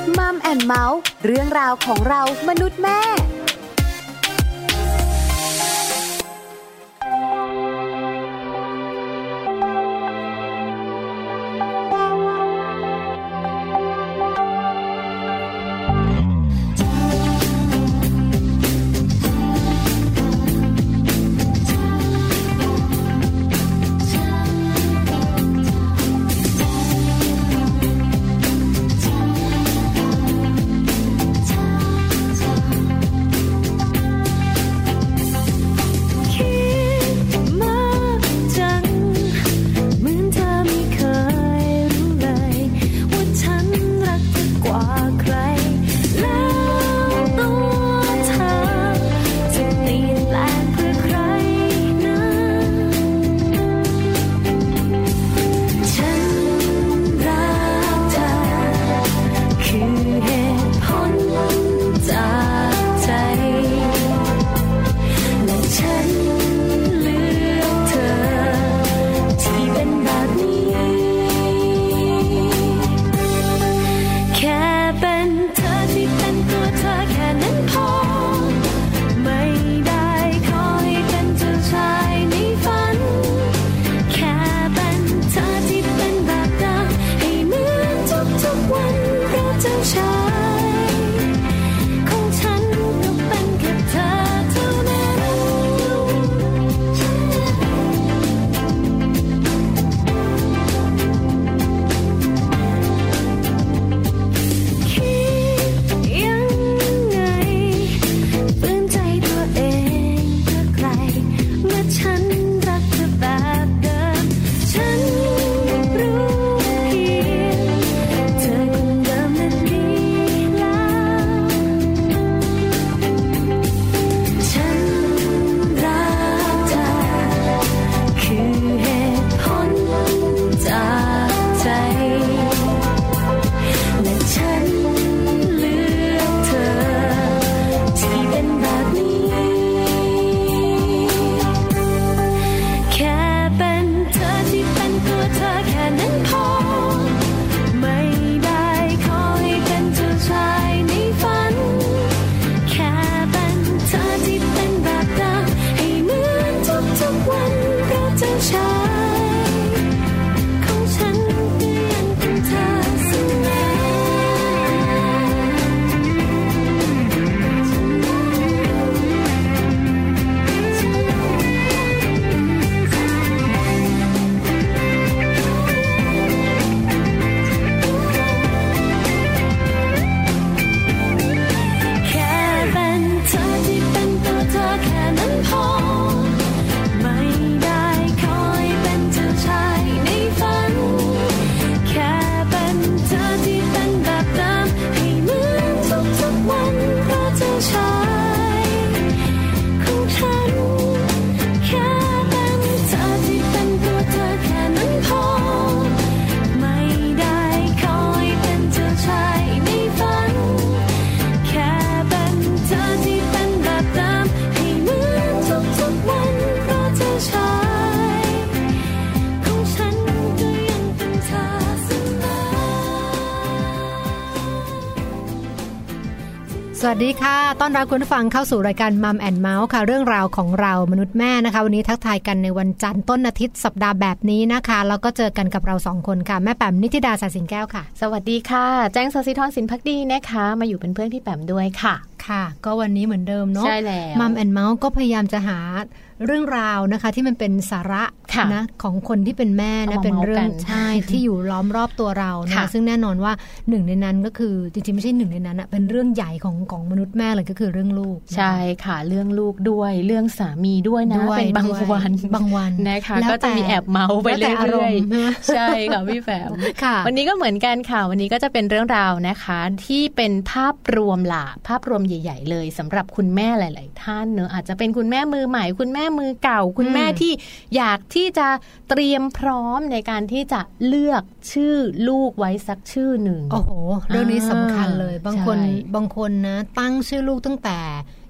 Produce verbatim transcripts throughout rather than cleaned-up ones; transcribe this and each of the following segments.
มัมแอนด์เมาส์เรื่องราวของเรามนุษย์แม่สวัสดีค่ะต้อนรับคุณผู้ฟังเข้าสู่รายการมัมแอนด์เมาส์ค่ะเรื่องราวของเรามนุษย์แม่นะคะวันนี้ทักทายกันในวันจันทร์ต้นอาทิตย์สัปดาห์แบบนี้นะคะแล้วก็เจอกันกับเราสองคนค่ะแม่แปมนิติดาสายสินแก้วค่ะสวัสดีค่ะแจ้งศศิธรสินภักดีนะคะมาอยู่เป็นเพื่อนพี่แปมด้วยค่ะค่ะก็วันนี้เหมือนเดิมเนาะใช่แล้วมัมแอนด์เมาส์ก็พยายามจะหาเรื่องราวนะคะที่มันเป็นสาระนะของคนที่เป็นแม่นะเป็นเรื่องใช่ที่อยู่ล้อมรอบตัวเรานะซึ่งแน่นอนว่าหนึ่งในนั้นก็คือจริงๆไม่ใช่หนึ่งในนั้นนะเป็นเรื่องใหญ่ของของมนุษย์แม่เลยก็คือเรื่องลูกใช่ค่ะเรื่องลูกด้วยเรื่องสามีด้วยนะเป็นบางวันบางวันนะคะก็จะมีแอบเมาไปเรื่อยๆใช่ค่ะพี่แฝมวันนี้ก็เหมือนกันค่ะวันนี้ก็จะเป็นเรื่องราวนะคะที่เป็นภาพรวมล่ะภาพรวมใหญ่ๆเลยสำหรับคุณแม่หลายๆท่านเนอะอาจจะเป็นคุณแม่มือใหม่คุณแม่มือเก่าคุณแม่ที่อยากที่จะเตรียมพร้อมในการที่จะเลือกชื่อลูกไว้สักชื่อหนึ่งโอ้โหเรื่องนี้สำคัญเลยบางคนบางคนนะตั้งชื่อลูกตั้งแต่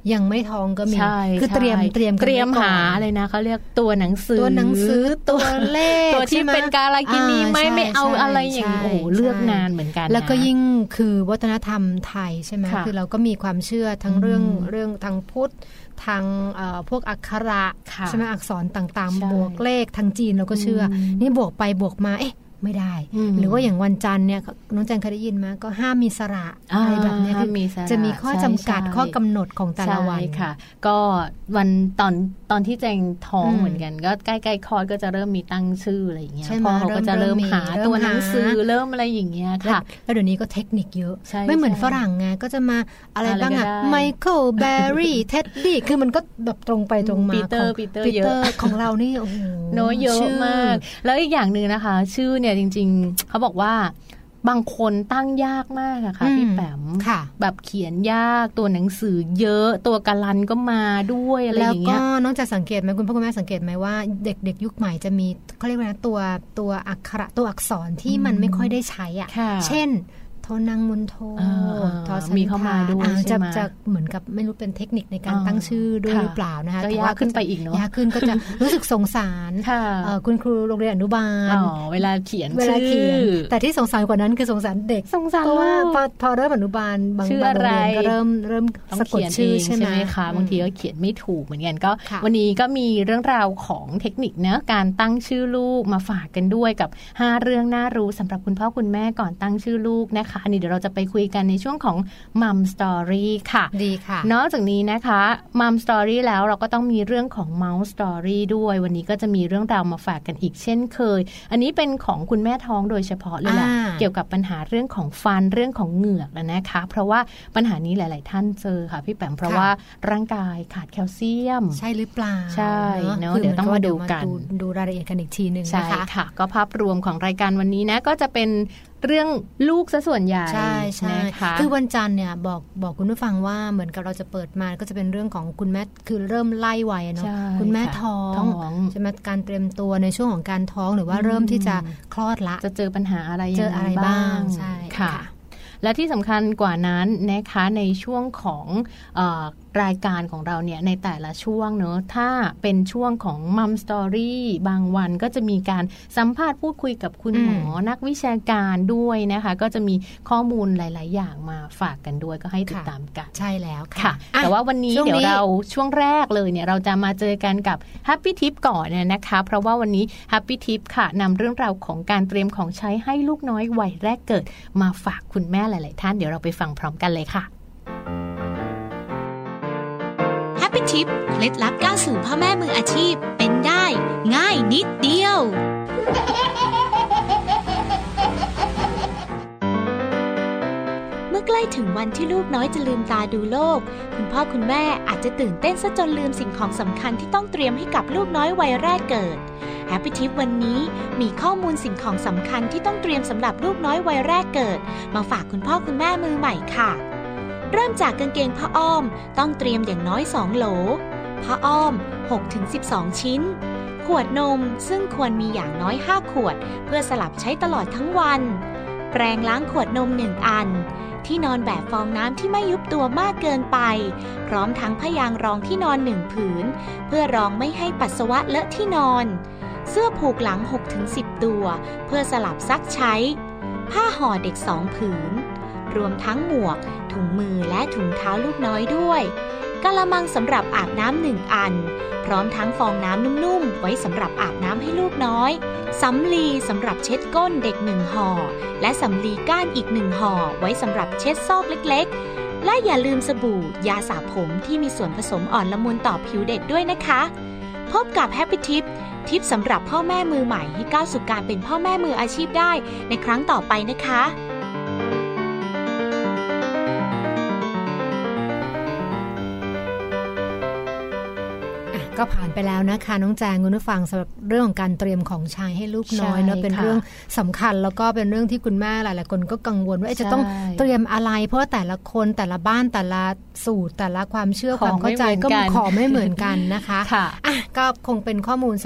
ยังไม่ท้องก็มีคือเตรียมเตรียมเตรียมหาอะไรนะเขาเรียกตัวหนังสือตัวหนังสือตัวเลขตัวที่เป็นการากินีไม่ไม่เอาอะไรอย่างโอ้เลือกงานเหมือนกันแล้วก็ยิ่งคือวัฒนธรรมไทยใช่ไหมคือเราก็มีความเชื่อทั้งเรื่องเรื่องทางพุทธทางพวกอักขระใช่ไหมอักษรต่างๆบวกเลขทางจีนเราก็เชื่อนี่บวกไปบวกมาเอ๊ะไม่ได้หรือว่าอย่างวันจันทร์เนี่ยน้องแจงเคยได้ยินไหมก็ห้ามมีสระอะไรแบบนี้คือจะมีข้อจำกัดข้อกำหนดของแต่ละวันค่ะก็วันตอนตอนที่แจงท้องเหมือนกันก็ใกล้ๆคลอดก็จะเริ่มมีตั้งชื่ออะไรอย่างเงี้ยพอเขาก็จะเริ่มหาตัวหนังสือเริ่มอะไรอย่างเงี้ยค่ะแล้วเดี๋ยวนี้ก็เทคนิคเยอะไม่เหมือนฝรั่งไงก็จะมาอะไรบ้างอะไมเคิลแบร์รี่เท็ดดี้คือมันก็แบบตรงไปตรงมาปีเตอร์ปีเตอร์เยอะของเรานี่โอ้โหโน้เยอะมากแล้วอีกอย่างนึงนะคะชื่อเนี่ยจริงๆเขาบอกว่าบางคนตั้งยากมากอะค่ะพี่แปมแบบเขียนยากตัวหนังสือเยอะตัวกาลันก็มาด้วยอะไรอย่างเงี้ยแล้วก็น้องจะสังเกตไหมคุณพ่อคุณแม่สังเกตไหมว่าเด็กๆยุคใหม่จะมีเขาเรียกว่านะตัวตัวอักขระตัวอักษรที่มันไม่ค่อยได้ใช้อ่ะเช่นโทนังมุนโททอสันมีเข้ามาด้วยใช่ไหมจะเหมือนกับไม่รู้เป็นเทคนิคในการตั้งชื่อด้วยหรือเปล่านะคะแต่ว่าขึ้นไปอีกเนาะยากขึ้นก็จะรู้สึกสงสารคุณครูโรงเรียนอนุบาลเวลาเขียนเวลาเขียนแต่ที่สงสารกว่านั้นคือสงสารเด็กสงสารเพราะว่าพอเริ่มอนุบาลบางโรงเรียนก็เริ่มเริ่มสะกดชื่อใช่ไหมคะบางทีก็เขียนไม่ถูกเหมือนกันก็วันนี้ก็มีเรื่องราวของเทคนิคเนื้อการตั้งชื่อลูกมาฝากกันด้วยกับห้าเรื่องน่ารู้สำหรับคุณพ่อคุณแม่ก่อนตั้งชื่อลูกนะคะอันนี้เดี๋ยวเราจะไปคุยกันในช่วงของ Mum Story ค่ะดีค่ะนอกจากนี้นะคะ Mum Story แล้วเราก็ต้องมีเรื่องของ Mouse Story ด้วยวันนี้ก็จะมีเรื่องราวมาฝากกันอีกเช่นเคยอันนี้เป็นของคุณแม่ท้องโดยเฉพาะเลยแหละเกี่ยวกับปัญหาเรื่องของฟันเรื่องของเหงือกแล้วนะคะเพราะว่าปัญหานี้หลายๆท่านเจอค่ะพี่แปมเพราะว่าร่างกายขาดแคลเซียมใช่หรือเปล่าใช่เนาะเดี๋ยวต้องมาดูกันดูรายละเอียดกันอีกทีนึงนะคะใช่ค่ะก็ภาพรวมของรายการวันนี้นะก็จะเป็นเรื่องลูกซะส่วนใหญ่ใช่ใช่คือวันจันทร์เนี่ยบอกบอกคุณผู้ฟังว่าเหมือนกับเราจะเปิดมาก็จะเป็นเรื่องของคุณแม่คือเริ่มไล่วัยเนาะคุณแม่ท้องใช่ไหมการเตรียมตัวในช่วงของการท้องหรือว่าเริ่มที่จะคลอดละจะเจอปัญหาอะไรเจออะไรบ้างใช่ค่ะและที่สำคัญกว่านั้นนะคะในช่วงของเอ่อรายการของเราเนี่ยในแต่ละช่วงเนอะถ้าเป็นช่วงของ Mum Story บางวันก็จะมีการสัมภาษณ์พูดคุยกับคุณหมอนักวิชาการด้วยนะคะก็จะมีข้อมูลหลายๆอย่างมาฝากกันด้วยก็ให้ติดตามกันใช่แล้วค่ะแต่ว่าวันนี้เดี๋ยวเราช่วงแรกเลยเนี่ยเราจะมาเจอกันกับ Happy Tip ก่อนเนี่ยนะคะเพราะว่าวันนี้ Happy Tip ค่ะนำเรื่องราวของการเตรียมของใช้ให้ลูกน้อยวัยแรกเกิดมาฝากคุณแม่หลายๆท่านเดี๋ยวเราไปฟังพร้อมกันเลยค่ะ Happy Tip เคล็ดลับก้าวสู่พ่อแม่มืออาชีพเป็นได้ง่ายนิดเดียวเมื่อใกล้ถึงวันที่ลูกน้อยจะลืมตาดูโลกคุณพ่อคุณแม่อาจจะตื่นเต้นซะจนลืมสิ่งของสำคัญที่ต้องเตรียมให้กับลูกน้อยวัยแรกเกิด Happy Tip วันนี้มีข้อมูลสิ่งของสำคัญที่ต้องเตรียมสำหรับลูกน้อยวัยแรกเกิดมาฝากคุณพ่อคุณแม่มือใหม่ค่ะเริ่มจากกางเกงผ้าอ้อมต้องเตรียมอย่างน้อยสองโหลผ้าอ้อม หกถึงสิบสอง ชิ้นขวดนมซึ่งควรมีอย่างน้อยห้าขวดเพื่อสลับใช้ตลอดทั้งวันแปรงล้างขวดนมหนึ่งอันที่นอนแบบฟองน้ำที่ไม่ยุบตัวมากเกินไปพร้อมทั้งผ้ายางรองที่นอนหนึ่งผืนเพื่อรองไม่ให้ปัสสาวะเลอะที่นอนเสื้อผูกหลัง หกถึงสิบ ตัวเพื่อสลับซักใช้ผ้าห่อเด็กสองผืนรวมทั้งหมวกถุงมือและถุงเท้าลูกน้อยด้วยกะละมังสำหรับอาบน้ำหนึ่งอันพร้อมทั้งฟองน้ำนุ่มๆไว้สำหรับอาบน้ำให้ลูกน้อยสำลีสำหรับเช็ดก้นเด็กหนึ่งห่อและสำลีก้านอีกหนึ่งห่อไว้สำหรับเช็ดซอกเล็กๆและอย่าลืมสบู่ยาสระผมที่มีส่วนผสมอ่อนละมุนต่อผิวเด็กด้วยนะคะพบกับ Happy Tip ทิปสำหรับพ่อแม่มือใหม่ให้ก้าวสู่การเป็นพ่อแม่มืออาชีพได้ในครั้งต่อไปนะคะก็ผ่านไปแล้วนะคะน้องแจงคุณผู้ฟังสำหรับเรื่องของการเตรียมของใช้ให้ลูกน้อยเนาะเป็นเรื่องสำคัญแล้วก็เป็นเรื่องที่คุณแม่หลายๆคนก็กังวลว่าจะต้องเตรียมอะไรเพราะแต่ละคนแต่ละบ้านแต่ละสูตรแต่ละความเชื่อความเข้าใจก็ขอไม่เหมือนกันนะคะอ่ะก็คงเป็นข้อมูลสำหรับ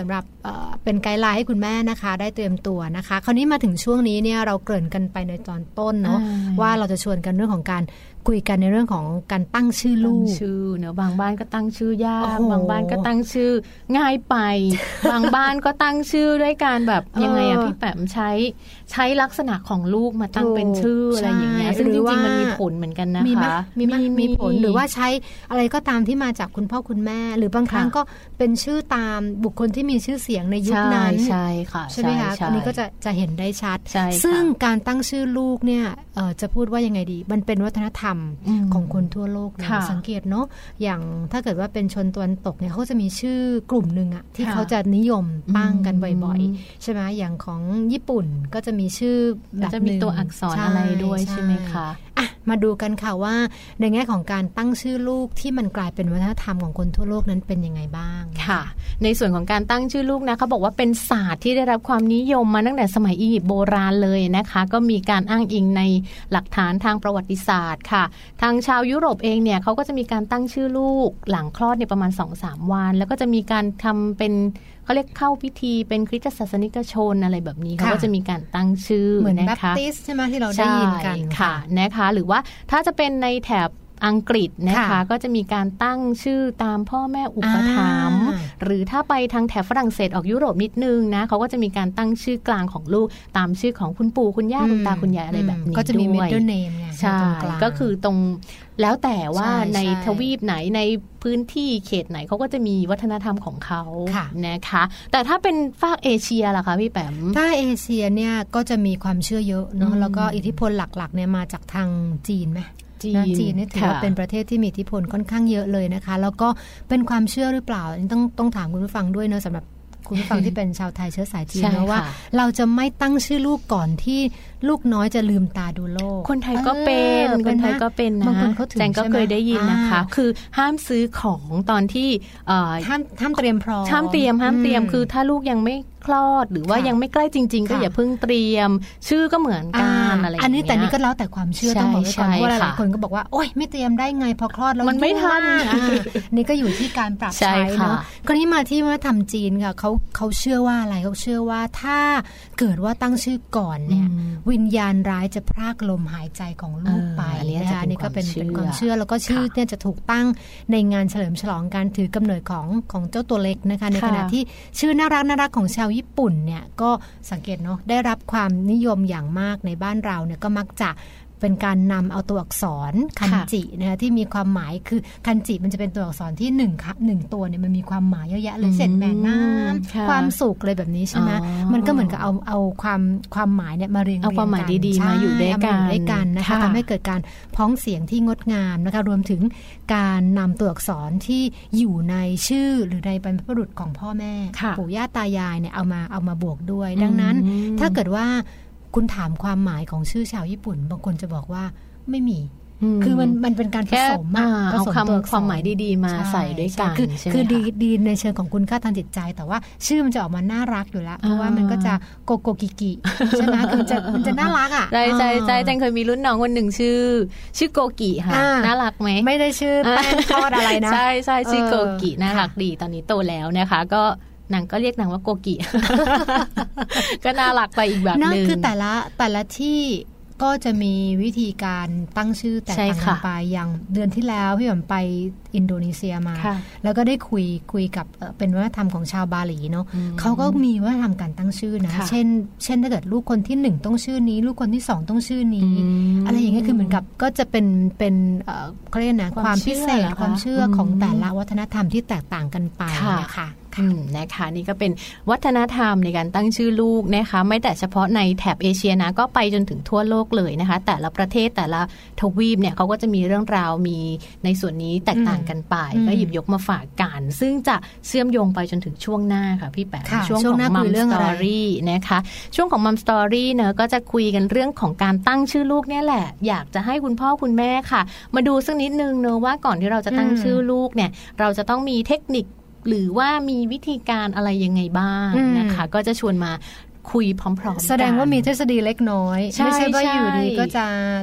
เป็นไกด์ไลน์ให้คุณแม่นะคะได้เตรียมตัวนะคะคราวนี้มาถึงช่วงนี้เนี่ยเราเกริ่นกันไปในตอนต้นเนาะว่าเราจะชวนกันเรื่องของการคุยกันในเรื่องของการตั้งชื่อลูกชื่อเนอะบางบ้านก็ตั้งชื่อยากบางบ้านก็ตั้งชื่อง่ายไปบางบ้านก็ตั้งชื่อด้วยการแบบยังไงอะพี่แปมใช้ใช้ลักษณะของลูกมาตั้งเป็นชื่ออะไรอย่างเงี้ยซึ่งจริงๆมันมีผลเหมือนกันนะคะมีมีมีผลหรือว่าใช้อะไรก็ตามที่มาจากคุณพ่อคุณแม่หรือบางครั้งก็เป็นชื่อตามบุคคลที่มีชื่อเสียงในยุคนั้นใช่ค่ะใช่ไหมคะอันนี้ก็จะจะเห็นได้ชัดซึ่งการตั้งชื่อลูกเนี่ยจะพูดว่ายังไงดีมันเป็นวัฒนธรรมของคนทั่วโลกนะสังเกตเนาะอย่างถ้าเกิดว่าเป็นชนตะวันตกเนี่ยเขาจะมีชื่อกลุ่มหนึ่งอะที่เขาจะนิยมตั้งกันบ่อยๆใช่ไหมอย่างของญี่ปุ่นก็จะมีชื่อแบบจะมีตัวอักษรอะไรด้วยใช่ไหมคะอ่ะมาดูกันค่ะว่าในแง่ของการตั้งชื่อลูกที่มันกลายเป็นวัฒนธรรมของคนทั่วโลกนั้นเป็นยังไงบ้างค่ะในส่วนของการตั้งชื่อลูกนะเขาบอกว่าเป็นศาสตร์ที่ได้รับความนิยมมาตั้งแต่สมัยอียิปต์โบราณเลยนะคะก็มีการอ้างอิงในหลักฐานทางประวัติศาสตร์ค่ะทางชาวยุโรปเองเนี่ยเขาก็จะมีการตั้งชื่อลูกหลังคลอดเนี่ยประมาณ สองถึงสาม วันแล้วก็จะมีการทำเป็นเขาเรียกเข้าพิธีเป็นคริสตศาสนิกชนอะไรแบบนี้เขาก็จะมีการตั้งชื่อเหมือนนะคะแบปติสต์ใช่ไหมที่เราได้ยินกันค่ะนะคะหรือว่าถ้าจะเป็นในแถบอังกฤษนะคะก็จะมีการตั้งชื่อตามพ่อแม่อุปถัมภ์หรือถ้าไปทางแถบฝรั่งเศสออกยุโรปนิดนึงนะเขาก็จะมีการตั้งชื่อกลางของลูกตามชื่อของคุณปู่คุณย่าคุณตาคุณยายอะไรแบบนี้ด้วยก็จะมี middle name ไงใช่ก็คือตรงแล้วแต่ว่าในทวีปไหนในพื้นที่เขตไหนเขาก็จะมีวัฒนธรรมของเขานะคะแต่ถ้าเป็นฝากเอเชียล่ะคะพี่แปมถ้าเอเชียเนี่ยก็จะมีความเชื่อเยอะเนาะแล้วก็อิทธิพลหลักๆเนี่ยมาจากทางจีนไหมจีนจีนนี่ถือว่าเป็นประเทศที่มีอิทธิพลค่อนข้างเยอะเลยนะคะแล้วก็เป็นความเชื่อหรือเปล่าต้องต้องถามคุณผู้ฟังด้วยเนอะสำหรับคุณผู้ฟังที่เป็นชาวไทยเชื้อสายจีนนะว่าเราจะไม่ตั้งชื่อลูกก่อนที่ลูกน้อยจะลืมตาดูโลกคนไทยก็เป็นคนไทยก็เป็นนะแจงก็เคยได้ยินนะคะคือห้ามซื้อของตอนที่ห้ามห้ามเตรียมพร้อมห้ามเตรียมห้ามเตรียมคือถ้าลูกยังไม่คลอดหรือว่ายังไม่ใกล้จริงๆก็อย่าเพิ่งเตรียมชื่อก็เหมือนกันอะไรอย่างเงี้ยอันนี้แต่นี่ก็แล้วแต่ความเชื่อต้องบอกไว้ก่อนเพราะหลายคนก็บอกว่าโอ๊ยไม่เตรียมได้ไงพอคลอดแล้วมันไม่ทันนี่ก็อยู่ที่การปรับใช้เนาะก็นี่มาที่วัฒนธรรมจีนค่ะเขาเขาเชื่อว่าอะไรเขาเชื่อว่าถ้าเกิดว่าตั้งชื่อก่อนเนี่ยวิญญาณร้ายจะพรากลมหายใจของลูกไปนะคะนี่ก็เป็นเป็นความเชื่อแล้วก็ชื่อเนี่ยจะถูกตั้งในงานเฉลิมฉลองการถือกำเนิดของของเจ้าตัวเล็กนะคะในขณะที่ชื่อน่ารักน่ารักของชาวญี่ปุ่นเนี่ยก็สังเกตเนาะได้รับความนิยมอย่างมากในบ้านเราเนี่ยก็มักจะเป็นการนำเอาตัวอักษรคันจินะคะที่มีความหมายคือคันจิมันจะเป็นตัวอักษรที่หนึ่งค่ะหนึ่งตัวเนี่ยมันมีความหมายเยอะแยะเลยเสร็จแม่น้ำความสุขเลยแบบนี้ใช่ไหมมันก็เหมือนกับเอาเอาความความหมายเนี่ยมาเรียงเอาความหมายดีๆมาอยู่ด้วยกันด้วยกันนะคะทำให้เกิดการพ้องเสียงที่งดงามนะคะรวมถึงการนำตัวอักษรที่อยู่ในชื่อหรือในบรรพบุรุษของพ่อแม่ปู่ย่าตายายเนี่ยเอามาเอามาบวกด้วยดังนั้นถ้าเกิดว่าคุณถามความหมายของชื่อชาวญี่ปุ่นบางคนจะบอกว่าไม่มีคือมันมันเป็นการผสมเอาคำความหมายดีๆมาใส่ด้วยกันคือคือดีดีในเชิงของคุณค่าทางจิตใจแต่ว่าชื่อมันจะออกมาน่ารักอยู่แล้วเพราะว่ามันก็จะโกโกกิกิใช่ไหมคือจะมันจะน่ารักอ่ะใช่ใช่ใช่แจงเคยมีรุ่นน้องคนหนึ่งชื่อชื่อโกกิค่ะน่ารักไหมไม่ได้ชื่อแป้งทอดอะไรนะใช่ใช่ชื่อโกกิน่ารักดีตอนนี้โตแล้วนะคะก็นางก็เรียกนางว่าโกกิ ก็น่ารักไปอีกแบบนึงนั่นคือแต่ละแต่ละที่ก็จะมีวิธีการตั้งชื่อแตกต่างกันไปอย่างเดือนที่แล้วพี่ผมไปอินโดนีเซียมาแล้วก็ได้คุยคุยกับเป็นวัฒนธรรมของชาวบาหลีเนาะเขาก็มีวัฒนธรรมการตั้งชื่อนะเช่นเช่นถ้าเกิดลูกคนที่หนึ่งต้องชื่อนี้ลูกคนที่สองต้องชื่อนี้อะไรอย่างเงี้ยคือเหมือนกับก็จะเป็นเป็นเขาเรียกนะความพิเศษความเชื่อของแต่ละวัฒนธรรมที่แตกต่างกันไปนะคะนะคะนี่ก็เป็นวัฒนธรรมในการตั้งชื่อลูกนะคะไม่แต่เฉพาะในแถบเอเชียนะก็ไปจนถึงทั่วโลกเลยนะคะแต่ละประเทศแต่ละทวีปเนี่ยเขาก็จะมีเรื่องราวมีในส่วนนี้แตกต่างกันไปก็หยิบยกมาฝากกันซึ่งจะเชื่อมโยงไปจนถึงช่วงหน้าค่ะพี่แป๋วช่วงของมัมสตอรี่นะคะช่วงของมัมสตอรี่เนอะก็จะคุยกันเรื่องของการตั้งชื่อลูกเนี่ยแหละอยากจะให้คุณพ่อคุณแม่ค่ะมาดูสักนิดนึงเนอะว่าก่อนที่เราจะตั้งชื่อลูกเนี่ยเราจะต้องมีเทคนิคหรือว่ามีวิธีการอะไรยังไงบ้างนะคะก็จะชวนมาคุยพร้อมๆกันแสดงว่ามีทฤษฎีเล็กน้อยไม่ใช่ว่าอยู่ดีก็จะ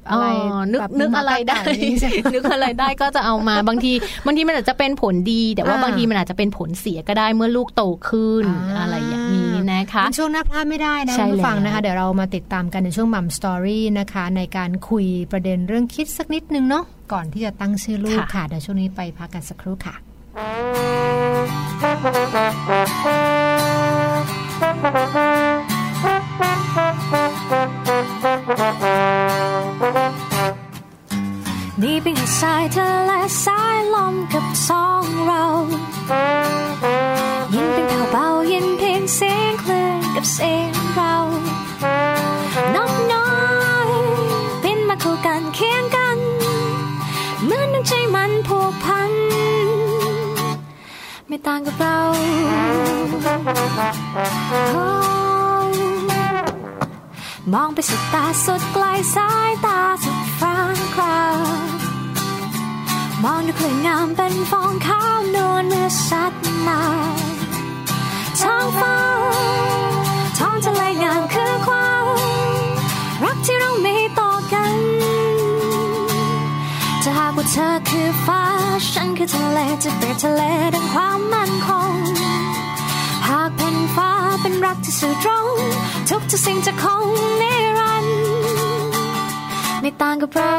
อะไรนึกนึกอะไรได้นึกอะไรได้ก็จะเอามาบางทีบางทีมันอาจจะเป็นผลดีแต่ว่าบางทีมันอาจจะเป็นผลเสียก็ได้เมื่อลูกโตขึ้น อ, อะไรอย่างนี้นะคะช่วงหน้าพลาดไม่ได้นะคุณผู้ฟังนะคะเดี๋ยวเรามาติดตามกันในช่วงมัมสตอรี่นะคะในการคุยประเด็นเรื่องคิดสักนิดนึงเนาะก่อนที่จะตั้งชื่อลูกค่ะเดี๋ยวช่วงนี้ไปพักกันสักครู่ค่ะนี่เป็นแค่สายทะเลสายลมกับสองเรายินเป็นแผ่วเบายินเพียงเสียงคลื่นกับเสียงเรานกน้อยบินมาคู่กันเคียงกันเหมือนน้ำใจมันผูกพันไม่ต่างกับเรามองไปสุดตาสุดไกลสายตาสุดฟ้าครามองดูคลื่นงามเป็นฟองขาวนวลเมื่อสัดมาท้องฟ้าท้องทะเลงามคือความรักที่เรามีต่อกันถ้าหากว่าเธอคือฟ้าฉันคือทะเลจะเปรียบทะเลดังความมั่นคงหากเป็นฟ้าเป็นรักที่สื่อตรงทุกทุกสิ่งจะคงนิรันดร์ไม่ต่างกับเรา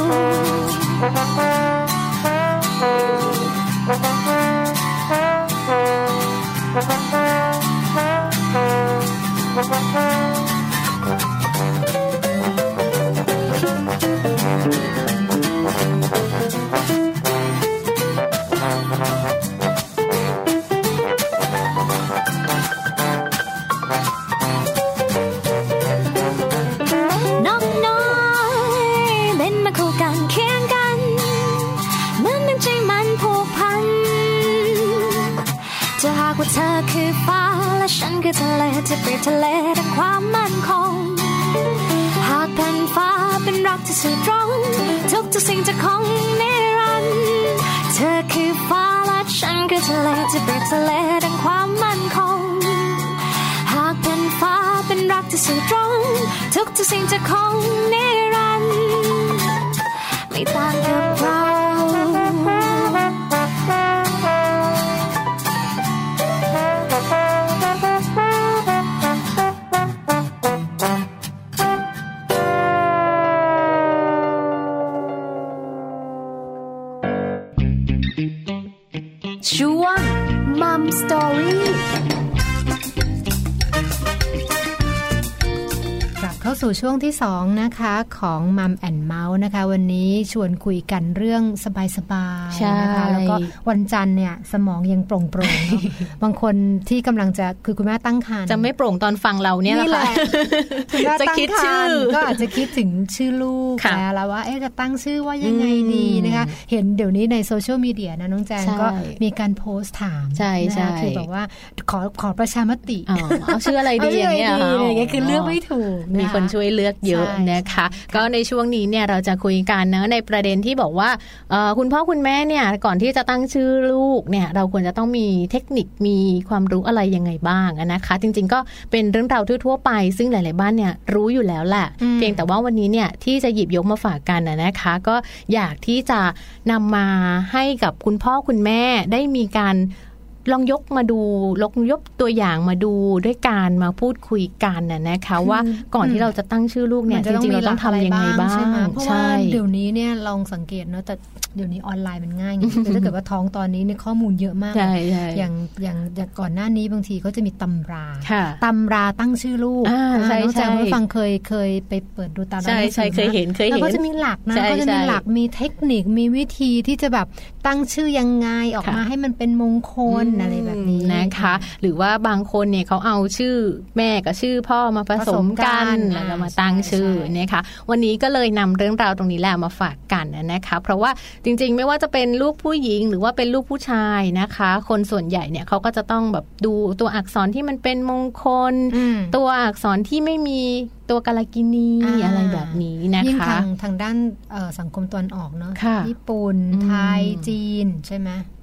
ว่าเธอคือฟ้าและฉันคือทะเลจะเปรียบทะเลดังความมั่นคงหากเป็นฟ้าเป็นรักที่สื่อตรงทุกทุกสิ่งจะคงนิรันดร์เธอคือฟ้าและฉันคือทะเลจะเปรียบทะเลดังความมั่นคงหากเป็นฟ้าเป็นรักที่สื่อตรงทุกทุกสิ่งจะคงนิรันดร์ไม่ต่างกับเราช่วงมัมสตอรี่กลับเข้าสู่ช่วงที่สองนะคะของมัมแอนด์เมาส์นะคะวันนี้ชวนคุยกันเรื่องสบายๆนะคะแล้วก็วันจันทร์เนี่ยสมองยังโปร่งๆ บางคนที่กำลังจะคือคุณแม่ตั้งครรภ์จะไม่โปร่งตอนฟังเราเนี่ยแหละจะคิดชื่อก็อาจจะคิดถึงชื่อลูกแล้วว่าเอ๊ะจะตั้งชื่อว่ายังไงดีนะคะเห็นเดี๋ยวนี้ในโซเชียลมีเดียนะน้องแจนก็มีการโพสต์ถามนะคะคือแบบว่าขอขอประชามติเอาชื่ออะไรดีอย่างเงี้ยอย่างเงี้ยคือเลือกไม่ถูกมีคนช่วยเลือกเยอะนะคะก็ในช่วงนี้เนี่ยเราจะคุยกันนะในประเด็นที่บอกว่าคุณพ่อคุณแม่เนี่ยก่อนที่จะตั้งชื่อลูกเนี่ยเราควรจะต้องมีเทคนิคมีความรู้อะไรยังไงบ้างนะคะจริงๆก็เป็นเรื่องราวทั่วๆไปซึ่งหลายๆบ้านเนี่ยรู้อยู่แล้วแหละเพียงแต่ว่าวันนี้เนี่ยที่จะหยิบยกมาฝากกันนะคะก็อยากที่จะนำมาให้กับคุณพ่อคุณแม่ได้มีการลองยกมาดูลองยกตัวอย่างมาดูด้วยการมาพูดคุยกันน่ะนะคะว่าก่อนที่เราจะตั้งชื่อลูกเนี่ยจริงๆเราต้องทำยังไงบ้างเพราะว่าเดี๋ยวนี้เนี่ยลองสังเกตเนาะแต่เดี๋ยวนี้ออนไลน์มันง่ายไงแต่ถ้าเกิดว่าท้องตอนนี้เนี่ยข้อมูลเยอะมากอย่างอย่างอย่างก่อนหน้านี้บางทีก็จะมีตำราตำราตั้งชื่อลูกน้องแจงผู้ฟังเคยเคยไปเปิดดูตามร้านหนังสือเคยเห็นเคยเห็นแล้วก็จะมีหลักนะก็จะมีหลักมีเทคนิคมีวิธีที่จะแบบตั้งชื่อยังไงออกมาให้มันเป็นมงคลอะไรแบบนี้นะคะหรือว่าบางคนเนี่ยเขาเอาชื่อแม่กับชื่อพ่อมาผสมกันแล้วมาตั้งชื่อนะคะวันนี้ก็เลยนำเรื่องราวตรงนี้แหละมาฝากกันนะคะเพราะว่าจริงๆไม่ว่าจะเป็นลูกผู้หญิงหรือว่าเป็นลูกผู้ชายนะคะคนส่วนใหญ่เนี่ยเขาก็จะต้องแบบดูตัวอักษรที่มันเป็นมงคลตัวอักษรที่ไม่มีตัวกาลกินีอะไรแบบนี้นะคะยิ่งทางทางด้านสังคมตะวันออกเนาะญี่ปุ่นไทยจีนใช่ไหม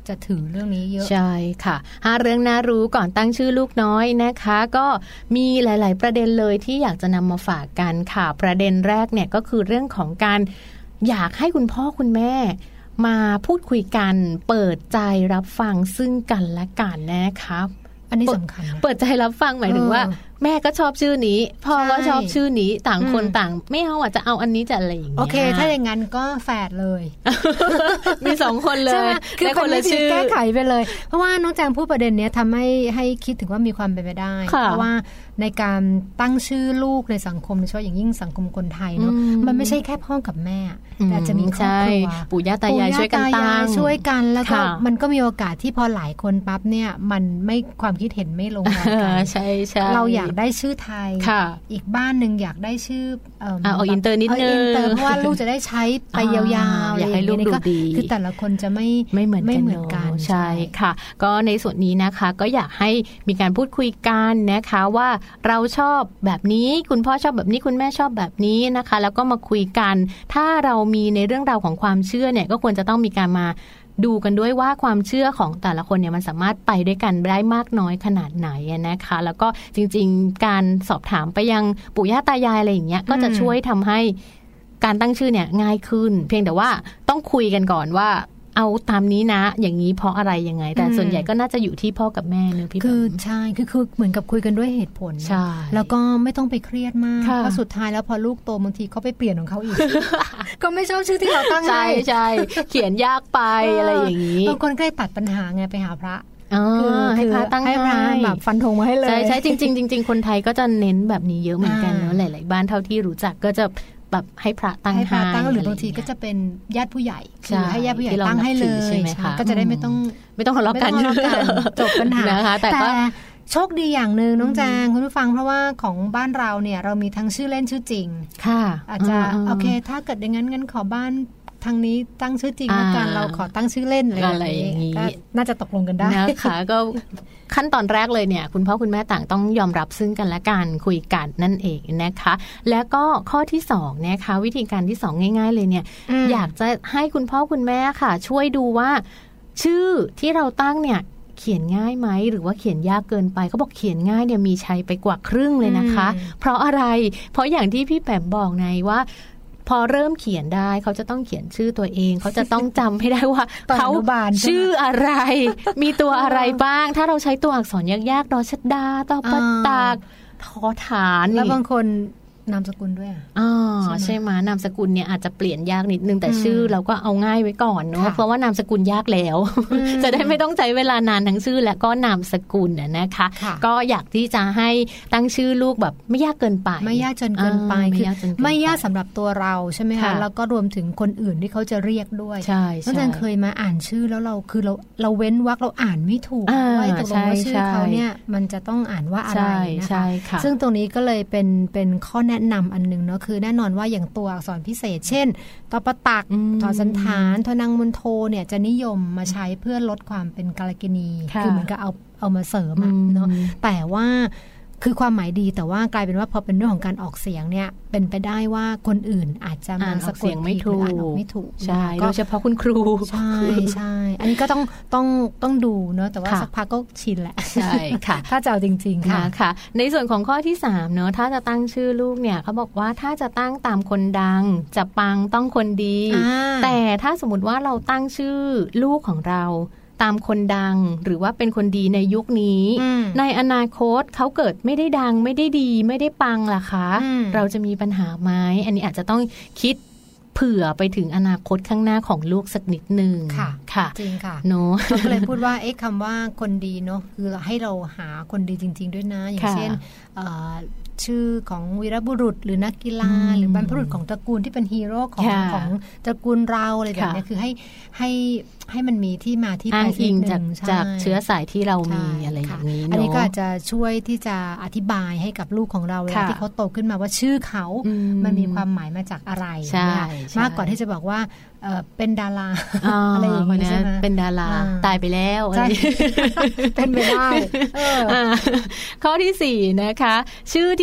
จะถือเรื่องนี้เยอะใช่ค่ะห้าเรื่องน่ารู้ก่อนตั้งชื่อลูกน้อยนะคะก็มีหลายๆประเด็นเลยที่อยากจะนำมาฝากกันค่ะประเด็นแรกเนี่ยก็คือเรื่องของการอยากให้คุณพ่อคุณแม่มาพูดคุยกันเปิดใจรับฟังซึ่งกันและกันนะคะอันนี้สำคัญเปิดใจรับฟังหมายถึงว่าแม่ก็ชอบชื่อนี้พ่อก็ชอบชื่อนี้ต่างคนต่างไม่เอาอ่ะจะเอาอันนี้จะอะไรอย่างเงี้ยโอเคถ้าอย่างนั้นก็แฝดเลยมีสองคนเลยคือคนละชื่อแก้ไขไปเลยเพราะว่าน้องแจงพูดประเด็นนี้ทำให้ให้คิดถึงว่ามีความเป็นไปได้เพราะว่าในการตั้งชื่อลูกในสังคมโดยเฉพาะอย่างยิ่งสังคมคนไทยเนาะมันไม่ใช่แค่พ่อกับแม่แต่จะมีครอบครัวปู่ย่าตายายช่วยกันตั้งช่วยกันแล้วก็มันก็มีโอกาสที่พอหลายคนปั๊บเนี่ยมันไม่ความคิดเห็นไม่ลงรอยกันใช่ใช่เราอยากได้ชื่อไทยอีกบ้านหนึ่งอยากได้ชื่อเอาเอาอินเตอร์นิดนึงเพราะว่าลูกจะได้ใช้ไปยาวๆอยากให้ลูกดูดีคือแต่ละคนจะไม่ไม่เหมือนไม่เหมือนกันใช่ค่ะก็ในส่วนนี้นะคะก็อยากให้มีการพูดคุยกันนะคะว่าเราชอบแบบนี้คุณพ่อชอบแบบนี้คุณแม่ชอบแบบนี้นะคะแล้วก็มาคุยกันถ้าเรามีในเรื่องราวของความเชื่อเนี่ยก็ควรจะต้องมีการมาดูกันด้วยว่าความเชื่อของแต่ละคนเนี่ยมันสามารถไปด้วยกันได้มากน้อยขนาดไหนนะคะแล้วก็จริงๆการสอบถามไปยังปู่ย่าตายายอะไรอย่างเงี้ยก็จะช่วยทำให้การตั้งชื่อเนี่ยง่ายขึ้นเพียงแต่ว่าต้องคุยกันก่อนว่าเอาตามนี้นะอย่างนี้เพราะอะไรยังไงแต่ส่วนใหญ่ก็น่าจะอยู่ที่พ่อกับแม่เนอะพี่คือใช่คือคือเหมือนกับคุยกันด้วยเหตุผลใช่แล้วก็ไม่ต้องไปเครียดมากเพราะสุดท้ายแล้วพอลูกโตบางทีเขาไปเปลี่ยนของเขาอีก ก็ไม่ชอบชื่อที่เราตั้งให้ใช่ใช่เขียนยากไปอะไรอย่างนี้บางคนก็เลยตัดปัญหาไงไปหาพระคือให้พระตั้งให้แบบฟันธงมาให้เลยใช่ใช่จริงๆจริงๆคนไทยก็จะเน้นแบบนี้เยอะเหมือนกันเนอะหลายๆบ้านเท่าที่รู้จักก็จะแบบให้พระตั้งให้พระตั้งหรือบางทีก็จะเป็นญาติผู้ใหญ่คือให้ญาติผู้ใหญ่ตั้งให้เลยใช่ไหมคะก็จะได้ไม่ต้องไม่ต้องทะเลาะกันจบปัญหานะคะแต่ก็โชคดีอย่างนึงน้องแจงคุณผู้ฟังเพราะว่าของบ้านเราเนี่ยเรามีทั้งชื่อเล่นชื่อจริงค่ะอาจจะโอเคถ้าเกิดอย่างนั้นงั้นขอบ้านทางนี้ตั้งชื่อจริงแล้วกันเราขอตั้งชื่อเล่นอะไรอย่างนี้น่าจะตกลงกันได้นะคะก็ขั้นตอนแรกเลยเนี่ยคุณพ่อคุณแม่ต่างต้องยอมรับซึ่งกันและกันคุยกันนั่นเองนะคะแล้วก็ข้อที่สองนะคะวิธีการที่สองง่ายๆเลยเนี่ยอยากจะให้คุณพ่อคุณแม่ค่ะช่วยดูว่าชื่อที่เราตั้งเนี่ยเขียนง่ายไหมหรือว่าเขียนยากเกินไปเขาบอกเขียนง่ายเนี่ยมีชัยไปกว่าครึ่งเลยนะคะเพราะอะไรเพราะอย่างที่พี่แปมบอกไงว่าพอเริ่มเขียนได้เขาจะต้องเขียนชื่อตัวเองเขาจะต้องจำให้ได้ว่าเขาชื่ออะไรมีตัวอะไรบ้างถ้าเราใช้ตัวอักษรยากๆดอชัดดาตอปัตตากทอฐานแล้วบางคนนามสกุลด้วยอ๋อใช่ไหมนามสกุลเนี่ยอาจจะเปลี่ยนยากนิดนึงแต่ชื่อเราก็เอาง่ายไว้ก่อนเนาะเพราะว่านามสกุลยากแล้วจะได้ไม่ต้องใช้เวลานานทั้งชื่อและก็นามสกุลนะคะก็อยากที่จะให้ตั้งชื่อลูกแบบไม่ยากเกินไปไม่ยากจนเกินไปคือไม่ยากสำหรับตัวเราใช่ไหมคะแล้วก็รวมถึงคนอื่นที่เขาจะเรียกด้วยใช่น้องแจงเคยมาอ่านชื่อแล้วเราคือเราเราเว้นวรรคเราอ่านไม่ถูกว่าตกลงว่าชื่อเขาเนี่ยมันจะต้องอ่านว่าอะไรนะคะซึ่งตรงนี้ก็เลยเป็นเป็นข้อแนะนำอันนึงเนาะคือแน่นอนว่าอย่างตัวอักษรพิเศษเช่นตอปตักทอสันฐานทอนังมณโทเนี่ยจะนิยมมาใช้เพื่อลดความเป็นกาลกิณีคือเหมือนกับเอาเอามาเสริมเนาะแต่ว่าคือความหมายดีแต่ว่ากลายเป็นว่าพอเป็นเรื่องของการออกเสียงเนี่ยเป็นไปได้ว่าคนอื่นอาจจะมาสะกดไม่ถูกอ่านออกไม่ถูกใช่โดยเฉพาะคุณครูใช่ใช่อันนี้ก็ต้องต้องต้องดูเนาะแต่ว่าสักพักก็ชินแหละใช่ค่ะถ้าจะเอาจริงๆค่ะค่ะในส่วนของข้อที่สามเนาะถ้าจะตั้งชื่อลูกเนี่ยเขาบอกว่าถ้าจะตั้งตามคนดังจะปังต้องคนดีแต่ถ้าสมมติว่าเราตั้งชื่อลูกของเราตามคนดังหรือว่าเป็นคนดีในยุคนี้ในอนาคตเขาเกิดไม่ได้ดังไม่ได้ดีไม่ได้ปังล่ะคะเราจะมีปัญหาไหมอันนี้อาจจะต้องคิดเผื่อไปถึงอนาคตข้างหน้าของลูกสักนิดนึงค่ะค่ะจริงค่ะเนาะเขาก็เลยพูดว่าเอ๊ะคำว่าคนดีเนาะคือให้เราหาคนดีจริงๆด้วยนะอย่างเช่นชื่อของวีรบุรุษหรือนักกีฬาหรือบรรพบุรุษของตระกูลที่เป็นฮีโร่ของของตระกูลเราอะไรแบบนี้คือให้ให้ให้มันมีที่มาที่ไปที่หนึ่งจากเชื้อสายที่เรามีอะไรอย่างนี้เนาะอันนี้ก็อาจจะช่วยที่จะอธิบายให้กับลูกของเราเวลาที่เขาโตขึ้นมาว่าชื่อเขามันมีความหมายมาจากอะไรมากกว่าที่จะบอกว่าเป็นดาราอะไรอย่างนี้ใช่ไหมเป็นดาราตายไปแล้วเป็นไปได้ข้อที่สี่นะคะชื่อที่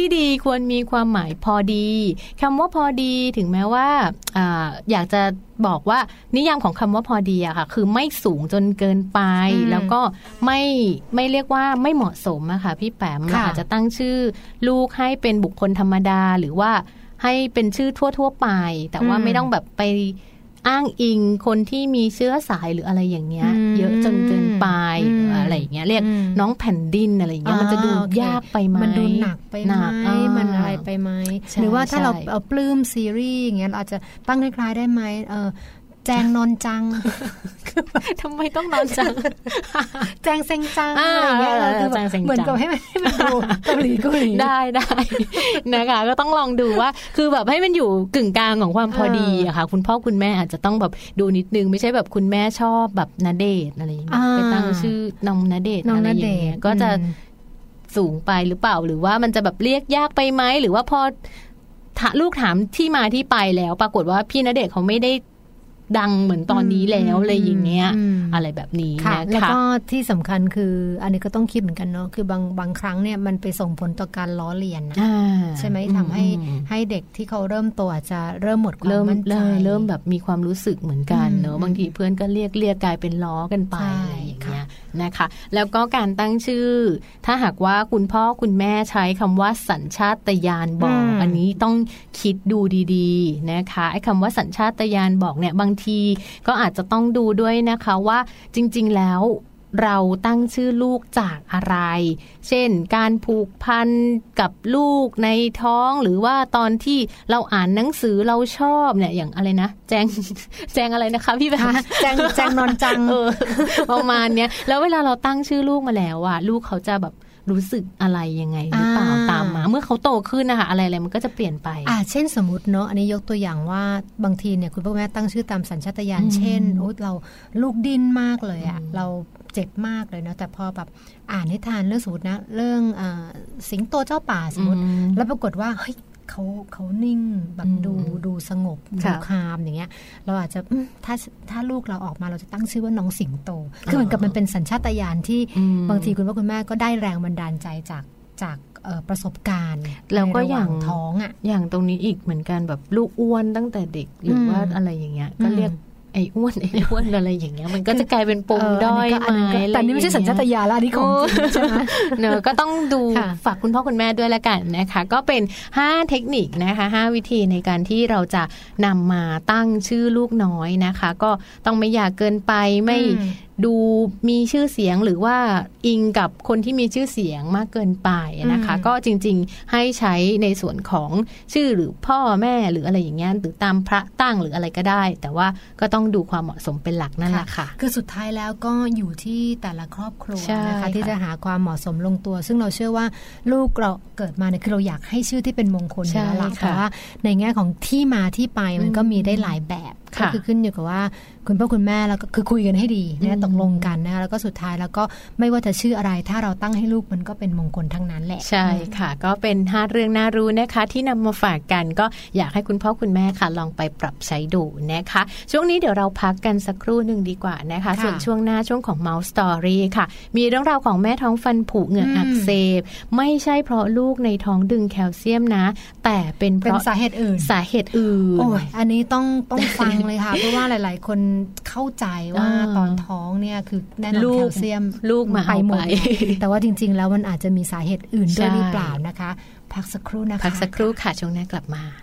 ที่ดีควรมีความหมายพอดีคำว่าพอดีถึงแม้ว่า อ, อยากจะบอกว่านิยามของคำว่าพอดีอะค่ะคือไม่สูงจนเกินไปแล้วก็ไม่ไม่เรียกว่าไม่เหมาะสมอะค่ะพี่แปมเราอาจจะตั้งชื่อลูกให้เป็นบุคคลธรรมดาหรือว่าให้เป็นชื่อทั่วๆไปแต่ว่าไม่ต้องแบบไปอ้างอิงคนที่มีเชื้อสายหรืออะไรอย่างเงี้ยเยอะจนเกินไปอะไรอย่างเงี้ยเรียกน้องแผ่นดินอะไรอย่างเงี้ยมันจะดูยากไปไหมมันดูหนักไปไหมมันอะไรไปไหมหรือว่าถ้าเราเอาปลื้มซีรีส์อย่างเงี้ยเราอาจจะตั้งคล้ายๆได้ไหมเออแจงนอนจังทำไมต้องนอนจังแจงเซ็งจังอะไรอย่างเงี้ยเหมือนกับให้มันดูเกาหลีเกาหลีได้ได้นะคะก็ต้องลองดูว่าคือแบบให้มันอยู่กึ่งกลางของความพอดีอะค่ะคุณพ่อคุณแม่อาจจะต้องแบบดูนิดนึงไม่ใช่แบบคุณแม่ชอบแบบณเดชน์อะไรอย่างเงี้ยไปตั้งชื่อน้องณเดชน์อะไรอย่างเงี้ยก็จะสูงไปหรือเปล่าหรือว่ามันจะแบบเรียกยากไปไหมหรือว่าพอลูกถามที่มาที่ไปแล้วปรากฏว่าพี่ณเดชน์เขาไม่ได้ดังเหมือนตอนนี้แล้วอะไรอย่างเงี้ยอะไรแบบนี้นะคะแล้วก็ที่สำคัญคืออันนี้ก็ต้องคิดเหมือนกันเนาะคือบางบางครั้งเนี่ยมันไปส่งผลต่อการล้อเลียนใช่ไหมทำให้ให้เด็กที่เขาเริ่มโตอาจจะเริ่มหมดความมั่นใจเริ่มแบบมีความรู้สึกเหมือนกันเนาะบางทีเพื่อนก็เรียกเรียกกลายเป็นล้อกันไปอะไรอย่างเงี้ยนะคะแล้วก็การตั้งชื่อถ้าหากว่าคุณพ่อคุณแม่ใช้คำว่าสัญชาตญาณบอกอันนี้ต้องคิดดูดีๆนะคะไอ้คำว่าสัญชาตญาณบอกเนี่ยบางทีก็อาจจะต้องดูด้วยนะคะว่าจริงๆแล้วเราตั้งชื่อลูกจากอะไรเช่นการผูกพันกับลูกในท้องหรือว่าตอนที่เราอ่านหนังสือเราชอบเนี่ยอย่างอะไรนะแจงแจงอะไรนะคะพี่แบบแจงแจงนอนจังเออประมาณเนี้ยแล้วเวลาเราตั้งชื่อลูกมาแล้วอ่ะลูกเขาจะแบบรู้สึกอะไรยังไงหรือเปล่าตามมาเมื่อเขาโตขึ้นนะคะอะไรอะไรมันก็จะเปลี่ยนไปอ่าเช่นสมมติเนาะอันนี้ยกตัวอย่างว่าบางทีเนี่ยคุณพ่อแม่ตั้งชื่อตามสัญชาตญาณเช่นโอ้เราลูกดิ้นมากเลยอ่ะเราเจ็บมากเลยเนาะแต่พอแบบอ่านนิทานเรื่องสมมตินะเรื่องอ่าสิงโตเจ้าป่าสมมติแล้วปรากฏว่าเฮ้ยเขาเขานิ่งแบบดูดูสงบดูคามอย่างเงี้ยเราอาจจะถ้าถ้าลูกเราออกมาเราจะตั้งชื่อว่าน้องสิงโตคือเหมือนกับมันเป็นสัญชาตญาณที่บางทีคุณพ่อคุณแม่ก็ได้แรงบันดาลใจจากจากประสบการณ์แล้วก็อย่างท้องอ่ะอย่างตรงนี้อีกเหมือนกันแบบลูกอ้วนตั้งแต่เด็กหรือว่าอะไรอย่างเงี้ยก็เรียกไอ้อ้วนไอ้อ้วนอะไรอย่างเงี้ยมันก็จะกลายเป็นปมด้อยมาแต่นี่ไม่ใช่สัญชาตญาณละนี่ของจริงใช่ไหมเนอะก็ต้องดูฝากคุณพ่อคุณแม่ด้วยละกันนะคะก็เป็นห้าเทคนิคนะคะห้าวิธีในการที่เราจะนำมาตั้งชื่อลูกน้อยนะคะก็ต้องไม่อยากเกินไปไม่ดูมีชื่อเสียงหรือว่าอิงกับคนที่มีชื่อเสียงมากเกินไปนะคะก็จริงๆให้ใช้ในส่วนของชื่อหรือพ่อแม่หรืออะไรอย่างเงี้ยหรือตามพระตั้งหรืออะไรก็ได้แต่ว่าก็ต้องดูความเหมาะสมเป็นหลักนั่นแหละค่ะคือสุดท้ายแล้วก็อยู่ที่แต่ละครอบครัวนะคะที่จะหาความเหมาะสมลงตัวซึ่งเราเชื่อว่าลูกเราเกิดมาเนี่ยคือเราอยากให้ชื่อที่เป็นมงคลอยู่แล้วล่ะแต่ว่าในแง่ของที่มาที่ไปมันก็มีได้หลายแบบก็คือขึ้นอยู่กับว่าคุณพ่อคุณแม่แล้วก็คือคุยกันให้ดีนะตกลงกันนะคะแล้วก็สุดท้ายแล้วก็ไม่ว่าจะชื่ออะไรถ้าเราตั้งให้ลูกมันก็เป็นมงคลทั้งนั้นแหละใช่ค่ะก็เป็นห้าเรื่องน่ารู้นะคะที่นำมาฝากกันก็อยากให้คุณพ่อคุณแม่ค่ะลองไปปรับใช้ดูนะคะช่วงนี้เดี๋ยวเราพักกันสักครู่นึงดีกว่านะคะส่วนช่วงหน้าช่วงของ Mouse Story ค่ะมีเรื่องราวของแม่ท้องฟันผุเหงือกอักเสบไม่ใช่เพราะลูกในท้องดึงแคลเซียมนะแต่เป็นเพราะสาเหตุอื่นสาเหตุอื่นโอ้ยอันนี้ต้องต้องฟังเลยค่ะเพราะว่าหลายๆคนเข้าใจว่าตอนท้องเนี่ยคือแน่นอนแคลเซียมลูกมาไปหมดแต่ว่าจริงๆแล้วมันอาจจะมีสาเหตุอื่นด้วยหรือเปล่านะคะพักสักครู่นะคะพักสักครู่ค่ะช่วงหน้ากลับมา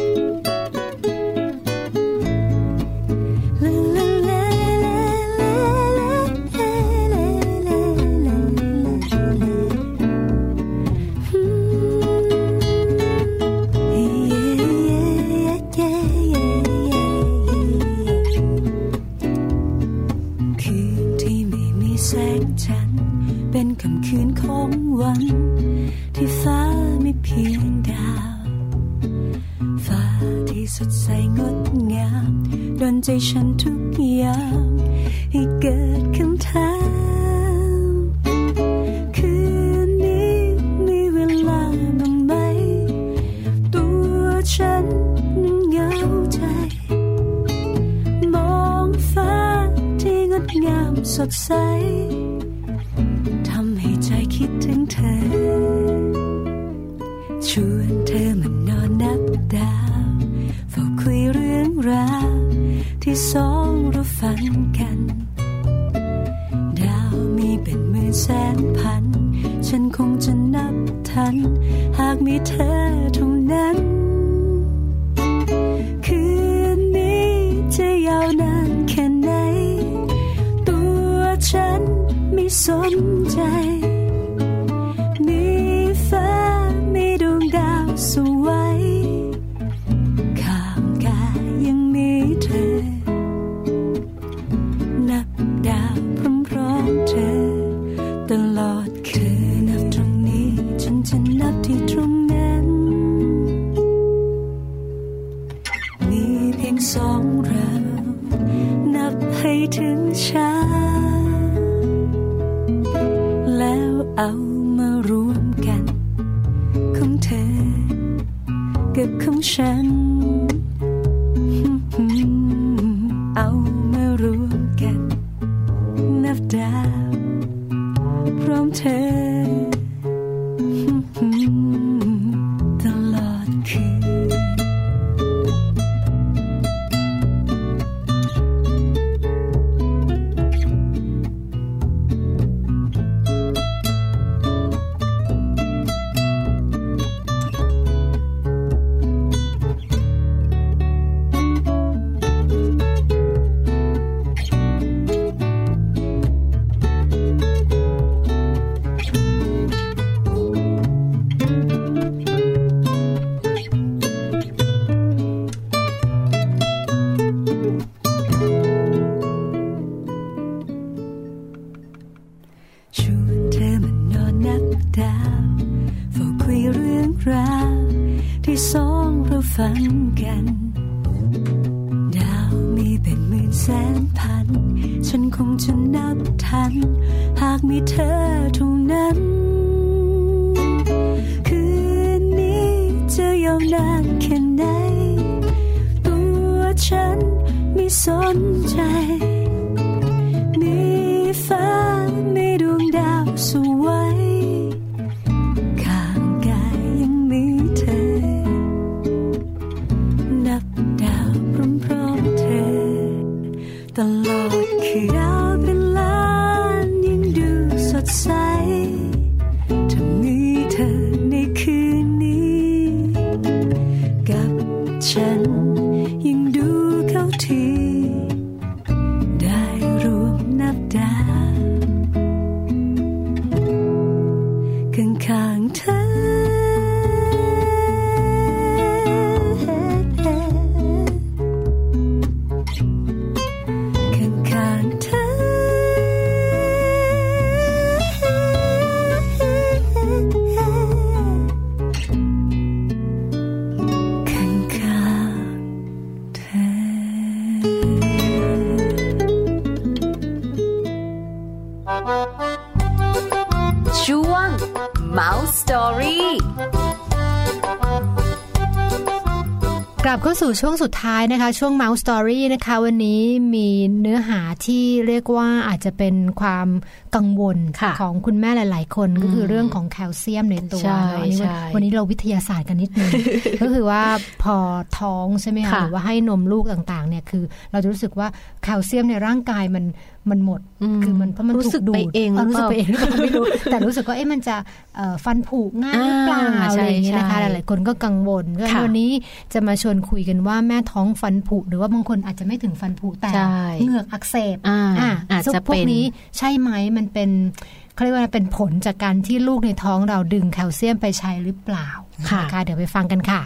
เป็นค่ำคืนของวันที่ฟ้าไม่เพียงดาวฟ้าที่สดใสงดงามดลใจฉันทุกอย่างให้เกิดคำถามคืนนี้มีเวลาบ้างไหมตัวฉันนั้นเหงาใจมองฟ้าที่งดงามสดใสทำให้ใจคิดถึงเธอชราวที่สองเราฝันกันดาวมีเป็นหมื่นแสนพันฉันคงจะนับทันหากมีเธอเท่านั้นคืนนี้จะยาวนานแค่ไหนตัวฉันไม่สนใจมีฟ้ามีดวงดาวสวยข้างกายยังมีเธอนับดาวพร้อมๆเธอตลอดคืนนับตรงนี้จนจะนับที่ตรงนั้นมีเพียงสองเรานับให้ถึงเช้าแล้วเอามารวมกันของเธอกับของฉันเอามารวมกันนับดาวพร้อมเธอตลอดคืนฝันกันดาวมีเป็นหมื่นแสนพันฉันคงจะนับทันหากมีเธอเท่านั้นคืนนี้จะยาวนานแค่ไหนตัวฉันไม่สนใจมีฟ้ามีดวงดาวสวยข้างกายยังมีเธอนับดาวพร้อมๆเธอตลอดคืนดาวเป็นล้านยิ่งดูสดใสถ้ามีเธอในคืนนี้กับฉันยิ่งดูเข้าทีได้รวมนับดาวข้างๆเธอช่วง Mouse Story กลับเข้าสู่ช่วงสุดท้ายนะคะช่วง Mouse Story นะคะวันนี้มีเนื้อหาที่เรียกว่าอาจจะเป็นความกังวลของคุณแม่หลายๆคนก็คือเรื่องของแคลเซียมในตัววันนี้เราวิทยาศาสตร์กันนิดนึง ก็คือว่าพอท้องใช่ไหมคะหรือว่าให้นมลูกต่างๆเนี่ยคือเราจะรู้สึกว่าแคลเซียมในร่างกายมันมันหมดคือมันเพราะมันถูกดูดเองรู้สึกไปเองหรือเปล่าไม่รู้แต่รู้สึกว่าเอ๊ะมันจะฟันผุง่ายหรือเปล่าอะไรอย่างเงี้ยนะคะหลายๆคนก็กังวลก็วันนี้จะมาชวนคุยกันว่าแม่ท้องฟันผุหรือว่าบางคนอาจจะไม่ถึงฟันผุแต่เหงือกอักเสบอาจจะพวกนี้ใช่ไหมมันเป็นเขาเรียกว่าเป็นผลจากการที่ลูกในท้องเราดึงแคลเซียมไปใช้หรือเปล่าค่ะเดี๋ยวไปฟังกันค่ะ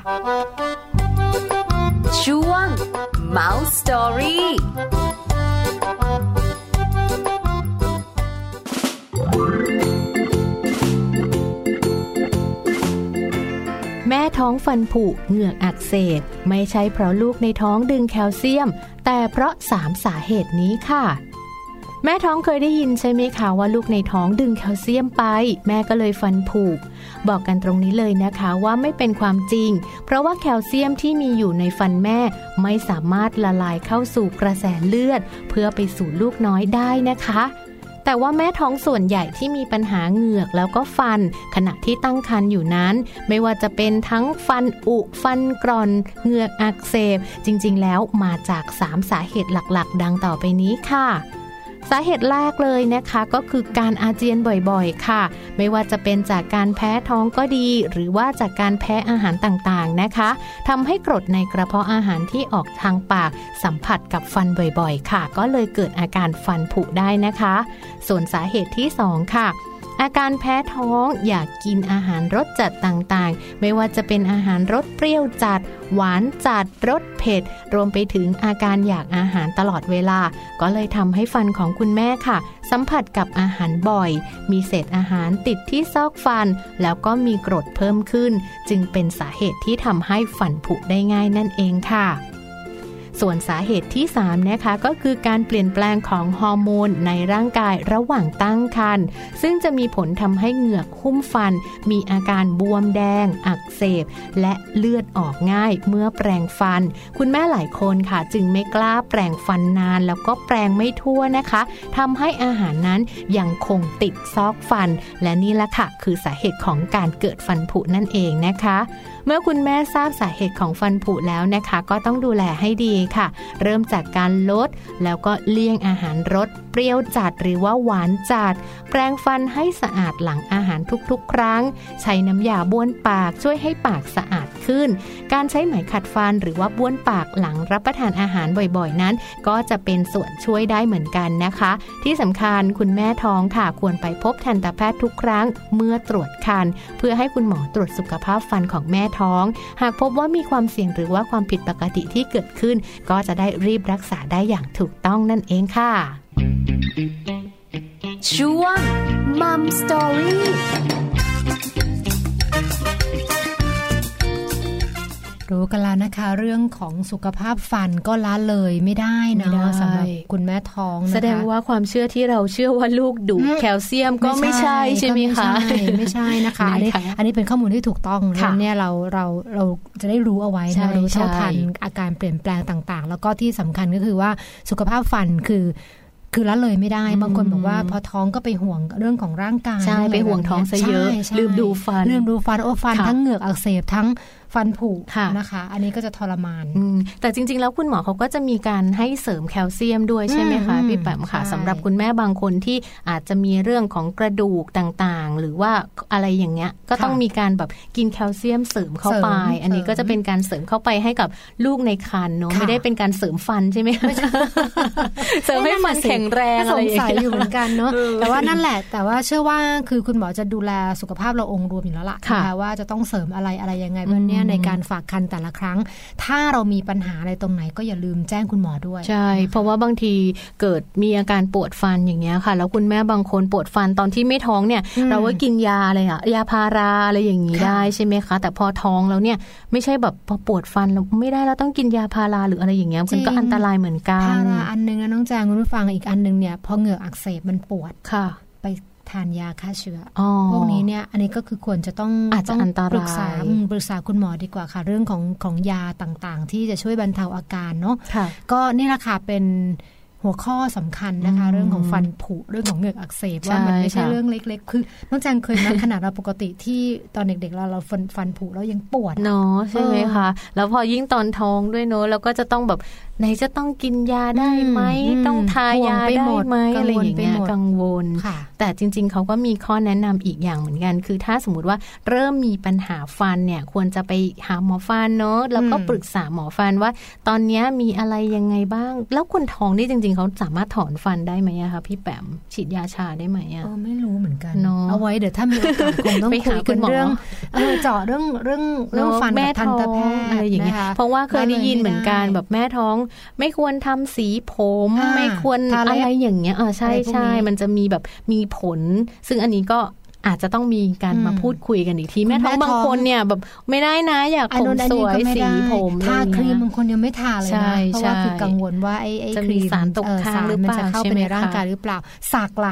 ช่วง Mouse Story แม่ท้องฟันผุเหงือกอักเสบไม่ใช่เพราะลูกในท้องดึงแคลเซียมแต่เพราะสามสาเหตุนี้ค่ะแม่ท้องเคยได้ยินใช่ไหมคะว่าลูกในท้องดึงแคลเซียมไปแม่ก็เลยฟันผุบอกกันตรงนี้เลยนะคะว่าไม่เป็นความจริงเพราะว่าแคลเซียมที่มีอยู่ในฟันแม่ไม่สามารถละลายเข้าสู่กระแสเลือดเพื่อไปสู่ลูกน้อยได้นะคะแต่ว่าแม่ท้องส่วนใหญ่ที่มีปัญหาเหงือกแล้วก็ฟันขณะที่ตั้งครรภ์อยู่นั้นไม่ว่าจะเป็นทั้งฟันอุฟันกร่อนเหงือกอักเสบจริงๆแล้วมาจากสามสาเหตุหลักๆดังต่อไปนี้ค่ะสาเหตุแรกเลยนะคะก็คือการอาเจียนบ่อยๆค่ะไม่ว่าจะเป็นจากการแพ้ท้องก็ดีหรือว่าจากการแพ้อาหารต่างๆนะคะทำให้กรดในกระเพาะอาหารที่ออกทางปากสัมผัสกับฟันบ่อยๆค่ะก็เลยเกิดอาการฟันผุได้นะคะส่วนสาเหตุที่สองค่ะอาการแพ้ท้องอยากกินอาหารรสจัดต่างๆไม่ว่าจะเป็นอาหารรสเปรี้ยวจัดหวานจัดรสเผ็ดรวมไปถึงอาการอยากอาหารตลอดเวลาก็เลยทำให้ฟันของคุณแม่ค่ะสัมผัสกับอาหารบ่อยมีเศษอาหารติดที่ซอกฟันแล้วก็มีกรดเพิ่มขึ้นจึงเป็นสาเหตุที่ทำให้ฟันผุได้ง่ายนั่นเองค่ะส่วนสาเหตุที่สามนะคะก็คือการเปลี่ยนแปลงของฮอร์โมนในร่างกายระหว่างตั้งครรภ์ซึ่งจะมีผลทำให้เหงือกหุ้มฟันมีอาการบวมแดงอักเสบและเลือดออกง่ายเมื่อแปรงฟันคุณแม่หลายคนค่ะจึงไม่กล้าแปรงฟันนานแล้วก็แปรงไม่ทั่วนะคะทำให้อาหารนั้นยังคงติดซอกฟันและนี่แหละค่ะคือสาเหตุของการเกิดฟันผุนั่นเองนะคะเมื่อคุณแม่ทราบสาเหตุของฟันผุแล้วนะคะก็ต้องดูแลให้ดีค่ะเริ่มจากการลดแล้วก็เลี่ยงอาหารรสเปรี้ยวจัดหรือว่าหวานจัดแปรงฟันให้สะอาดหลังอาหารทุกๆครั้งใช้น้ำยาบ้วนปากช่วยให้ปากสะอาดขึ้นการใช้ไหมขัดฟันหรือว่าบ้วนปากหลังรับประทานอาหารบ่อยๆนั้นก็จะเป็นส่วนช่วยได้เหมือนกันนะคะที่สำคัญคุณแม่ท้องค่ะควรไปพบทันตแพทย์ทุกครั้งเมื่อตรวจครรภ์เพื่อให้คุณหมอตรวจสุขภาพฟันของแม่ท้องหากพบว่ามีความเสี่ยงหรือว่าความผิดปกติที่เกิดขึ้นก็จะได้รีบรักษาได้อย่างถูกต้องนั่นเองค่ะช่วง Mom Story รู้กันแล้วนะคะเรื่องของสุขภาพฟันก็ละเลยไม่ได้นะสำหรับคุณแม่ท้องนะคะแสดงว่าความเชื่อที่เราเชื่อว่าลูกดูดแคลเซียมก็ไม่ใช่ใช่ไหมคะไม่ใช่นะคะอันนี้อันนี้เป็นข้อมูลที่ถูกต้องแล้วเนี่ยเราเราเราจะได้รู้เอาไว้นะรู้เท่าทันอาการเปลี่ยนแปลงต่างๆแล้วก็ที่สำคัญก็คือว่าสุขภาพฟันคือคือละเลยไม่ได้บางคนบอกว่าพอท้องก็ไปห่วงเรื่องของร่างกายใช่ไปห่วงท้องซะเยอะลืมดูฟันลืมดูฟันโอ้ฟันทั้งเหงือกอักเสบทั้งฟันผุนะคะอันนี้ก็จะทรมานแต่จริงๆแล้วคุณหมอเขาก็จะมีการให้เสริมแคลเซียมด้วยใช่ไหมคะพี่แปมค่ะสำหรับคุณแม่บางคนที่อาจจะมีเรื่องของกระดูกต่างๆหรือว่าอะไรอย่างเงี้ยก็ต้องมีการแบบกินแคลเซียมเสริมเข้าไปอันนี้ก็จะเป็นการเสริมเข้าไปให้กับลูกในครรภ์เนาะไม่ได้เป็นการเสริมฟันใช่ไหมเสริมให้ฟันแข็งแรงอะไรอย่างเงี้ยอยู่เหมือนกันเนาะแต่ว่านั่นแหละแต่ว่าเชื่อว่าคือคุณหมอจะดูแลสุขภาพเราองค์รวมอยู่แล้วล่ะนะคะว่าจะต้องเสริมอะไรอะไรยังไงบ้างเนี่ยในการฝากครรภ์แต่ละครั้งถ้าเรามีปัญหาอะไรตรงไหนก็อย่าลืมแจ้งคุณหมอด้วยใช่เพราะว่าบางทีเกิดมีอาการปวดฟันอย่างเงี้ยค่ะแล้วคุณแม่บางคนปวดฟันตอนที่ไม่ท้องเนี่ยเราก็กินยาอะไรอะยาพาราอะไรอย่างงี้ได้ใช่ไหมคะแต่พอท้องแล้วเนี่ยไม่ใช่แบบพอปวดฟันแล้วไม่ได้เราต้องกินยาพาราหรืออะไรอย่างเงี้ยมันก็อันตรายเหมือนกันพาราอันนึงนะน้องแจงคุณผู้ฟังอีกอันนึงเนี่ยพอเหงือกอักเสบมันปวดค่ะไปทานยาฆ่าเชื้อพวกนี้เนี่ยอันนี้ก็คือควรจะต้องอาจจะอันตรายปรึกษาปรึกษาคุณหมอดีกว่าค่ะเรื่องของของยาต่างๆที่จะช่วยบรรเทาอาการเนาะก็นี่แหละค่ะเป็นหัวข้อสำคัญนะคะเรื่องของฟันผุเรื่องของเหงือกอักเสบว่ามันไม่ใช่เรื่องเล็กๆคือน้องแจงเคยนะขนาดเราปกติที่ตอนเด็กๆเราเราฟันฟันผุแล้วยังปวดเนาะใช่ไหมคะแล้วพอยิ่งตอนท้องด้วยเนาะแล้วก็จะต้องแบบไหนจะต้องกินยาได้ไหมต้องทายาได้ไหมอะไรอย่างเงี้ยกังวลแต่จริงๆเขาก็มีข้อแนะนำอีกอย่างเหมือนกันคือถ้าสมมติว่าเริ่มมีปัญหาฟันเนี่ยควรจะไปหาหมอฟันเนาะแล้วก็ปรึกษาหมอฟันว่าตอนนี้มีอะไรยังไงบ้างแล้วคนท้องนี่จริงๆเขาสามารถถอนฟันได้ไหมอะคะพี่แปมฉีดยาชาได้ไหมอะเออไม่รู้เหมือนกันเอาไว้เดี๋ยวถ้ามีโอกาสคงต้องคุยกันเรื่องเออเจาะเรื่องเรื่องเรื่องฟันกับทันตแพทย์อะไรอย่างเงี้ยเพราะว่าเคยได้ยินเหมือนกันแบบแม่ท้องไม่ควรทำสีผมไม่ควรอะไรอย่างเงี้ยเออใช่ใช่มันจะมีแบบมีผลซึ่งอันนี้ก็อาจจะต้องมีการมาพูดคุยกันอีกทีแม่ท้องบางคนเนี่ยแบบไม่ได้นะอยากผมสวยสีผมทาครีมบางคนยังไม่ทาเลยนะเพราะว่าคือกังวลว่าไอ้ไอ้ครีมสารตกค้างหรือเปล่าจะเข้าไปในร่างกายหรือเปล่าสักล่ะ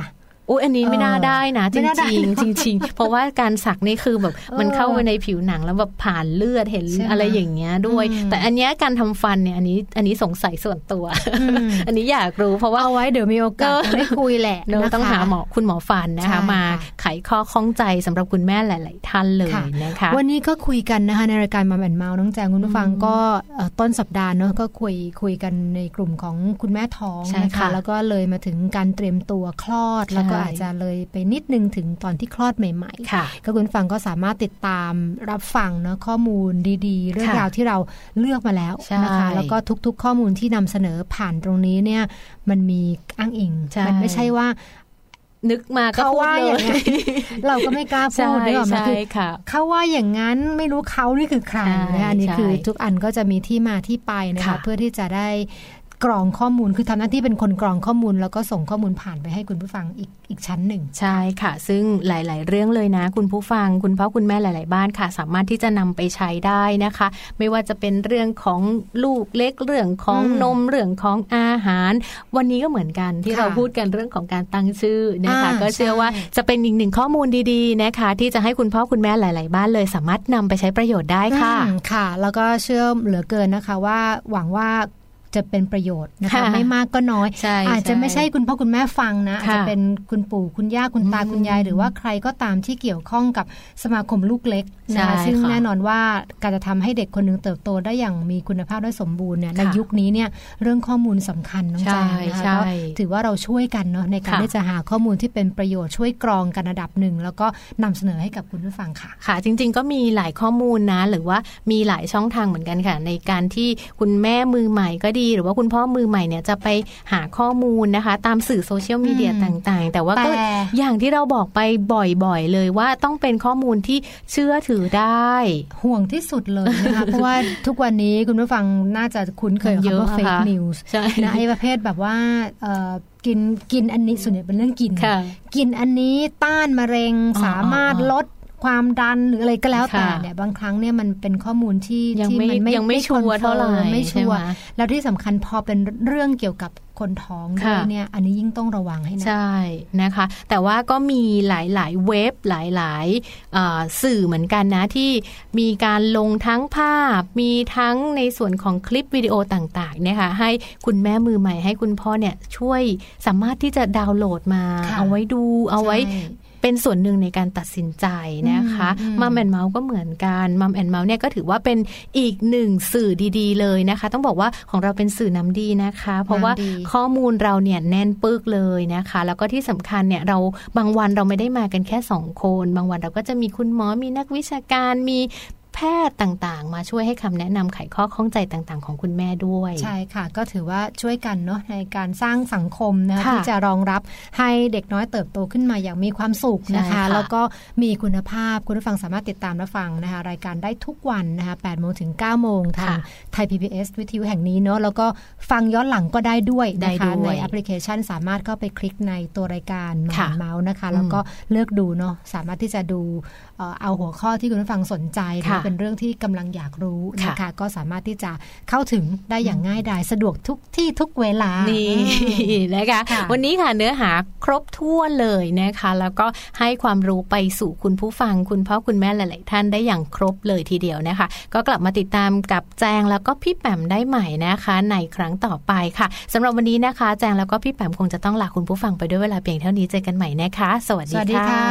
อ้ยอันนี้ไม่น่าได้นะจริงๆจริงๆเพราะว่าการสักนี่คือแบบมันเข้าไปในผิวหนังแล้วแบบผ่านเลือดเห็นอะไรอย่างเงี้ยด้วยแต่อันเนี้ยการทำฟันเนี่ยอันนี้อันนี้สงสัยส่วนตัวอันนี้อยากรู้เพราะว่าเอาไว้เดี๋ยวมีโอกาสได้คุยแหละนะคะต้องหาหมอคุณหมอฟันนะคะมาไขข้อข้องใจสำหรับคุณแม่หลายๆท่านเลยนะคะวันนี้ก็คุยกันนะคะในรายการมัมแอนด์เมาส์น้องแจงคุณผู้ฟังก็ต้นสัปดาห์เนาะก็คุยคุยกันในกลุ่มของคุณแม่ท้องนะคะแล้วก็เลยมาถึงการเตรียมตัวคลอดแล้วก็อาจจะเลยไปนิดนึงถึงตอนที่คลอดใหม่ๆก็คุณฟังก็สามารถติดตามรับฟังเนาะข้อมูลดีๆเรื่องราวที่เราเลือกมาแล้วนะคะแล้วก็ทุกๆข้อมูลที่นำเสนอผ่านตรงนี้เนี่ยมันมีอ้างอิงมันไม่ใช่ว่านึกมาก็พูดเลยเราก็ไม่กล้าพูดด้วยหรอกนะคือเขาว่าอย่างนั้นไม่รู้เขานี่คือใครนะคะอันนี้คือทุกอันก็จะมีที่มาที่ไปนะคะเพื่อที่จะได้กรองข้อมูลคือทำหน้าที่เป็นคนกรองข้อมูลแล้วก็ส่งข้อมูลผ่านไปให้คุณผู้ฟังอีกอีกชั้นหนึ่งใช่ค่ะซึ่งหลายๆเรื่องเลยนะคุณผู้ฟังคุณพ่อคุณแม่หลายๆบ้านค่ะสามารถที่จะนำไปใช้ได้นะคะไม่ว่าจะเป็นเรื่องของลูกเล็กเรื่องของนมเรื่องของอาหารวันนี้ก็เหมือนกันที่เราพูดกันเรื่องของการตั้งชื่อนะคะก็เชื่อว่าจะเป็นอีกหนึ่งข้อมูลดีๆนะคะที่จะให้คุณพ่อคุณแม่หลายๆบ้านเลยสามารถนำไปใช้ประโยชน์ได้ค่ะค่ะแล้วก็เชื่อเหลือเกินนะคะว่าหวังว่าจะเป็นประโยชน์นะคะไม่มากก็น้อยอาจจะไม่ใช่คุณพ่อคุณแม่ฟังนะอาจจะเป็นคุณปู่คุณย่าคุณตาคุณยายหรือว่าใครก็ตามที่เกี่ยวข้องกับสมาคมลูกเล็กนะคะซึ่งแน่นอนว่าการจะทำให้เด็กคนนึงเติบโตได้อย่างมีคุณภาพและสมบูรณ์เนี่ยในยุคนี้เนี่ยเรื่องข้อมูลสำคัญน้องแจงนะคะก็ถือว่าเราช่วยกันเนาะในการที่จะหาข้อมูลที่เป็นประโยชน์ช่วยกรองกันระดับหนึ่งแล้วก็นำเสนอให้กับคุณผู้ฟังค่ะค่ะจริงๆก็มีหลายข้อมูลนะหรือว่ามีหลายช่องทางเหมือนกันค่ะในการที่คุณแม่มือใหม่ก็ดีหรือว่าคุณพ่อมือใหม่เนี่ยจะไปหาข้อมูลนะคะตามสื่อโซเชียลมีเดียต่างๆแต่ว่าก็อย่างที่เราบอกไปบ่อยๆเลยว่าต้องเป็นข้อมูลที่เชื่อถือได้ห่วงที่สุดเลยนะคะเพราะว่าทุกวันนี้คุณผู้ฟังน่าจะคุ้นเคยกับคำว่า fake news นะไอ้ประเภทแบบว่ากินกินอันนี้ส่วนใหญ่เป็นเรื่องกินกินอันนี้ต้านมะเร็งสามารถลดความดันหรืออะไรก็แล้วแต่เนี่ยบางครั้งเนี่ยมันเป็นข้อมูลที่ที่มันไม่ยังไม่ชัวร์เท่าไหร่ไม่ชัวร์แล้วที่สำคัญพอเป็นเรื่องเกี่ยวกับคนท้องด้วยเนี่ยอันนี้ยิ่งต้องระวังให้นะใช่นะคะแต่ว่าก็มีหลายๆเว็บหลายๆสื่อเหมือนกันนะที่มีการลงทั้งภาพมีทั้งในส่วนของคลิปวิดีโอต่างๆเนี่ยค่ะให้คุณแม่มือใหม่ให้คุณพ่อเนี่ยช่วยสามารถที่จะดาวน์โหลดมาเอาไว้ดูเอาไว้เป็นส่วนหนึ่งในการตัดสินใจนะคะมัมแอนด์เมาส์ก็เหมือนกันมัมแอนด์เมาส์เนี่ยก็ถือว่าเป็นอีกหนึ่งสื่อดีๆเลยนะคะต้องบอกว่าของเราเป็นสื่อน้ำดีนะคะเพราะว่าข้อมูลเราเนี่ยแน่นปึกเลยนะคะแล้วก็ที่สำคัญเนี่ยเราบางวันเราไม่ได้มากันแค่สองคนบางวันเราก็จะมีคุณหมอมีนักวิชาการมีแพทย์ต่างๆมาช่วยให้คำแนะนำไขข้อข้องใจต่างๆของคุณแม่ด้วยใช่ค่ะก็ถือว่าช่วยกันเนาะในการสร้างสังคมนะคะที่จะรองรับให้เด็กน้อยเติบโตขึ้นมาอย่างมีความสุขนะคะแล้วก็มีคุณภาพคุณผู้ฟังสามารถติดตามรับฟังนะคะรายการได้ทุกวันนะคะแปดโมงถึงเก้าโมงทางไทย พี บี เอส วิทยุแห่งนี้เนาะแล้วก็ฟังย้อนหลังก็ได้ด้วยนะคะในแอปพลิเคชันสามารถเข้าไปคลิกในตัวรายการเมาส์นะคะแล้วก็เลือกดูเนาะสามารถที่จะดูเอาหัวข้อที่คุณผู้ฟังสนใจเป็นเรื่องที่กำลังอยากรู้นะคะก็สามารถที่จะเข้าถึงได้อย่างง่ายดายสะดวกทุกที่ทุกเวลานี่นะคะวันนี้ค่ะเนื้อหาครบถ้วนเลยนะคะแล้วก็ให้ความรู้ไปสู่คุณผู้ฟังคุณพ่อคุณแม่หลายๆท่านได้อย่างครบเลยทีเดียวนะคะก็กลับมาติดตามกับแจงแล้วก็พี่แปมได้ใหม่นะคะในครั้งต่อไปค่ะสำหรับวันนี้นะคะแจงแล้วก็พี่แปมคงจะต้องลาคุณผู้ฟังไปด้วยเวลาเพียงเท่านี้เจอกันใหม่นะคะสวัสดีค่ะ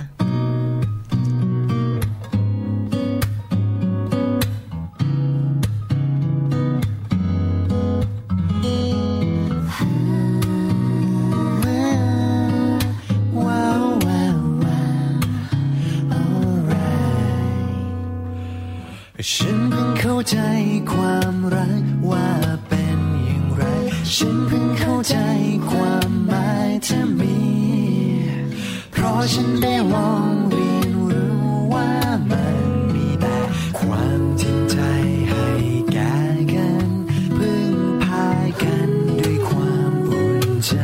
ฉันเพิ่งเข้าใจความรักว่าเป็นอย่างไรฉันเพิ่งเข้าใจความหมายที่มีเพราะฉันได้ลองเรียนรู้ว่ามันมีแต่ความจริงใจให้แก่กันพึ่งพากันด้วยความอุ่นใจ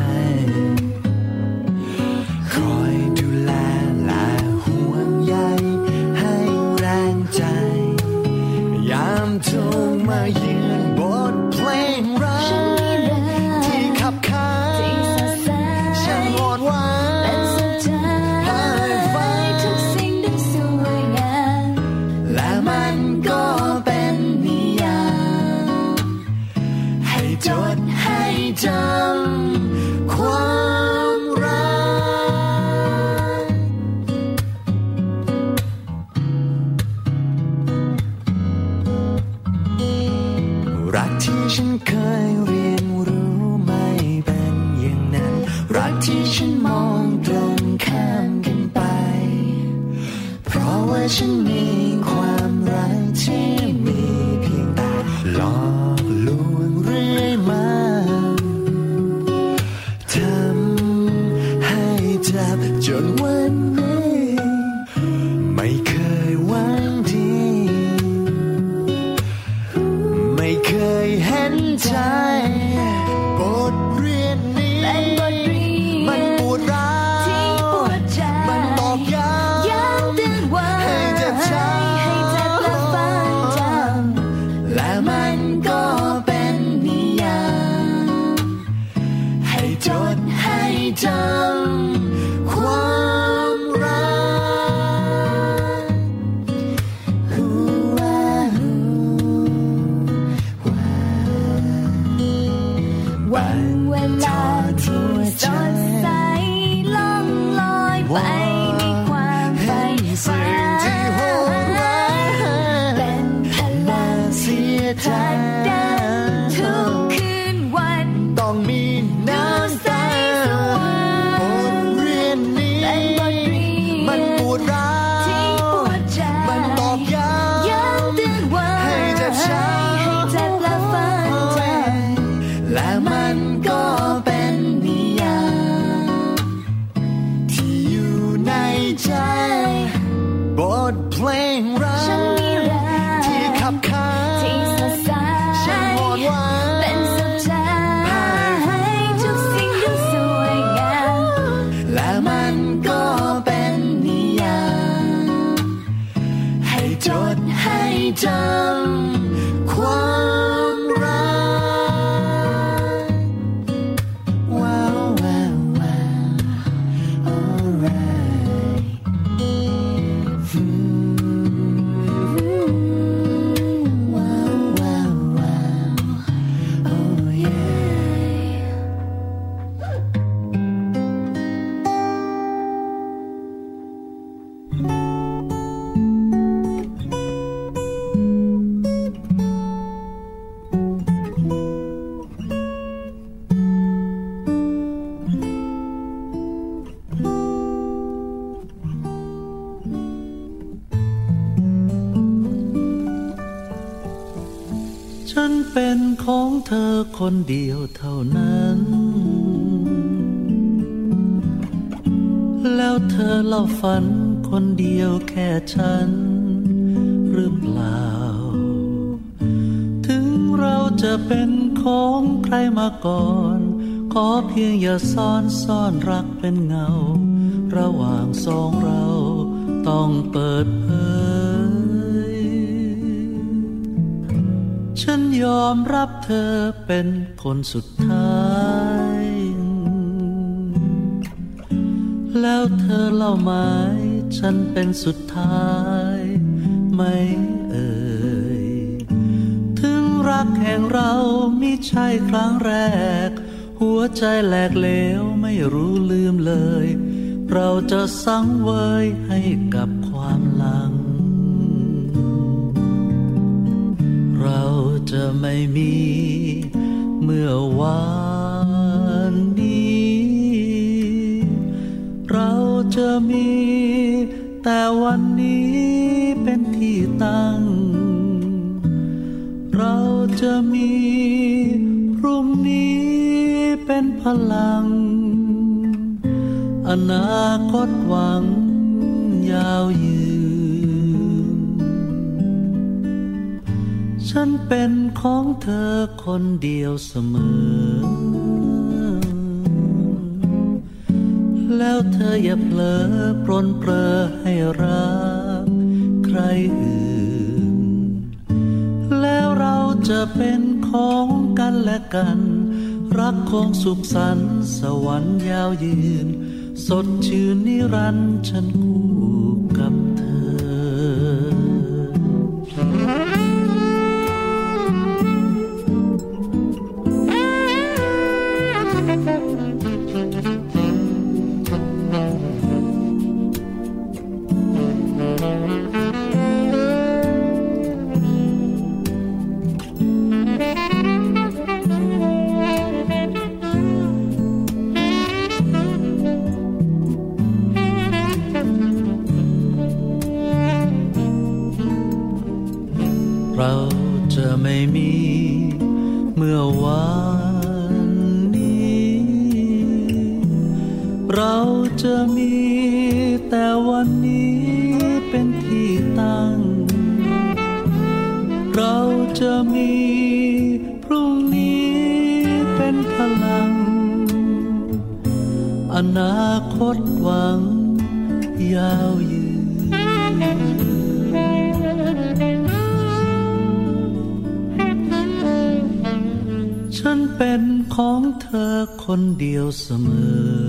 คอยดูแลและห่วงใยให้แรงใจยามถูกมายืนบทเพลงรักที่ขับขานฉันอ่อนหวานจำความรักรักที่ฉันเคยเรียนรู้ไม่เป็นอย่างนั้นรักที่ฉันมองตรงข้ามกันไปเพราะว่าฉันมีความรักที่มีเพียงแต่หลอกลวงเรื่อยมาทำให้เจ็บจนวันนี้ไม่เคยหวังดีไม่เคยเห็นใจบทเรียนนี้มันปวดร้าวมันตอกย้ำให้เจ็บช้ำและมันก็เป็นนิยามให้จดให้จำความรักวันเวลาที่สดใสล่องลอยไปในความฝันฝันเป็นพลังเสียใจทุกคืนวันต้องมีน้ำตาบทเรียนนี้มันปวดร้าวมันตอกย้ำให้เจ็บช้ำและมันก็เป็นนิยามที่อยู่ในใจบทเพลงรักที่ขับขานฉันหอดหวานเป็นสุดท้ายทุกสิ่งดูสวยงามและมันก็เป็นนิยามให้จดให้จำความรักว้าวว้าวว้าว alright อืมว้าวว้าวว้าว oh yeah ฉันเป็นของเธอคนเดียวเท่านั้น แล้วเธอเล่าฝันคนเดียวแค่ฉันหรือเปล่า ถึงเราจะเป็นของใครมาก่อนขอเพียงอย่าซ่อนซ่อนรักเป็นเงาระหว่างสองเราต้องเปิดเผยฉันยอมรับเธอเป็นคนสุดท้ายแล้วเธอเล่าไหมฉันเป็นสุดท้ายไหมเอ่ยถึงรักแห่งเรามิใช่ครั้งแรกหัวใจแหลกเหลวไม่รู้ลืมเลยเราจะสังเวยให้กับความหลังเราจะไม่มีเมื่อวานนี้เราจะมีแต่วันนี้เป็นที่ตั้งเราจะมีพรุ่งนี้เป็นพลังอนาคตหวังยาวยืนฉันเป็นของเธอคนเดียวเสมอแล้วเธออย่าเผลอปรนเปรอให้รักใครอื่นแล้วเราจะเป็นของกันและกันรักคงสุขสันต์สวรรค์ยาวยืนสดชื่นนิรันดร์ฉันคู่กับเธอจะมีพรุ่งนี้เป็นพลังอนาคตหวังยาวยืนฉันเป็นของเธอคนเดียวเสมอ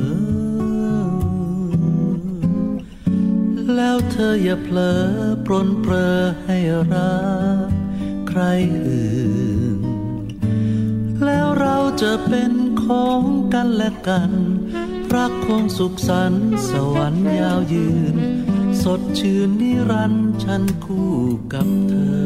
แล้วเธออย่าเผลอปรนเปรอให้รักใครอื่นแล้วเราจะเป็นของกันและกันรักคงสุขสันต์สวรรค์ยาวยืนสดชื่นนิรันดร์ฉันคู่กับเธอ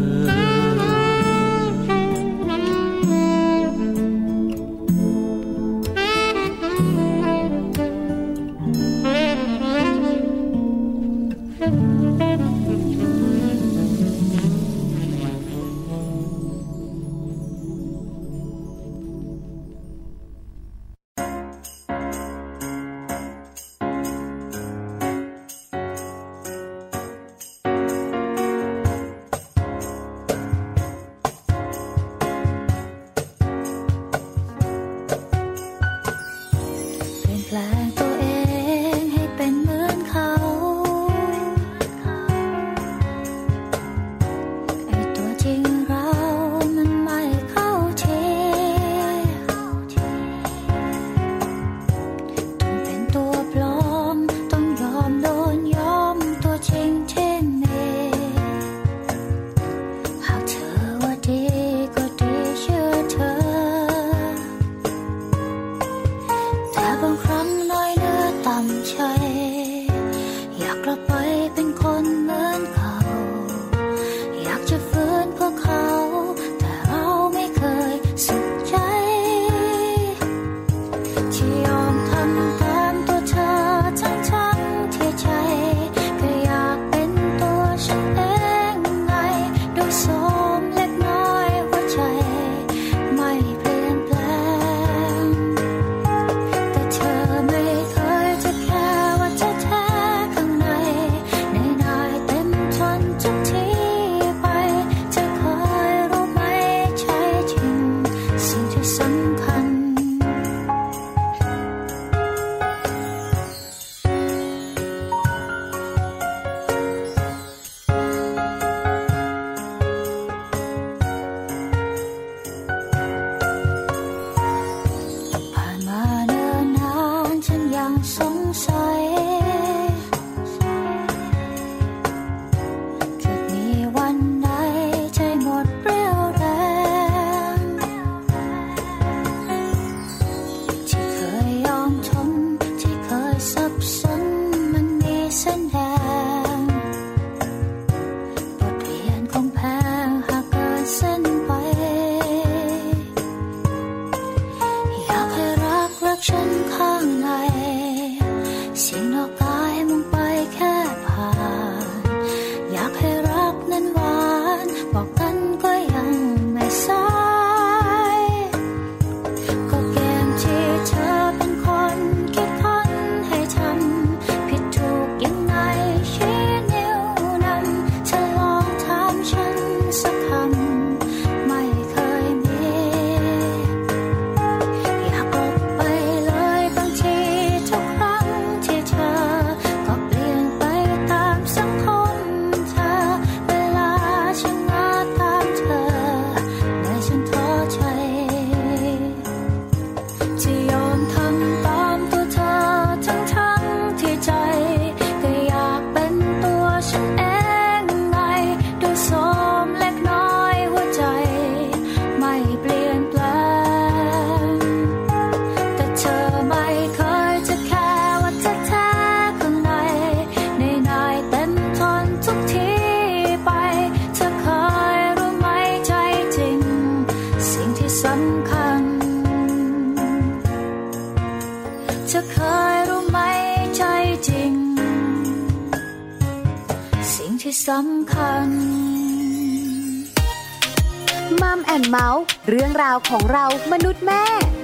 สำคัญมัมแอนด์เมาส์เรื่องราวของเรามนุษย์แม่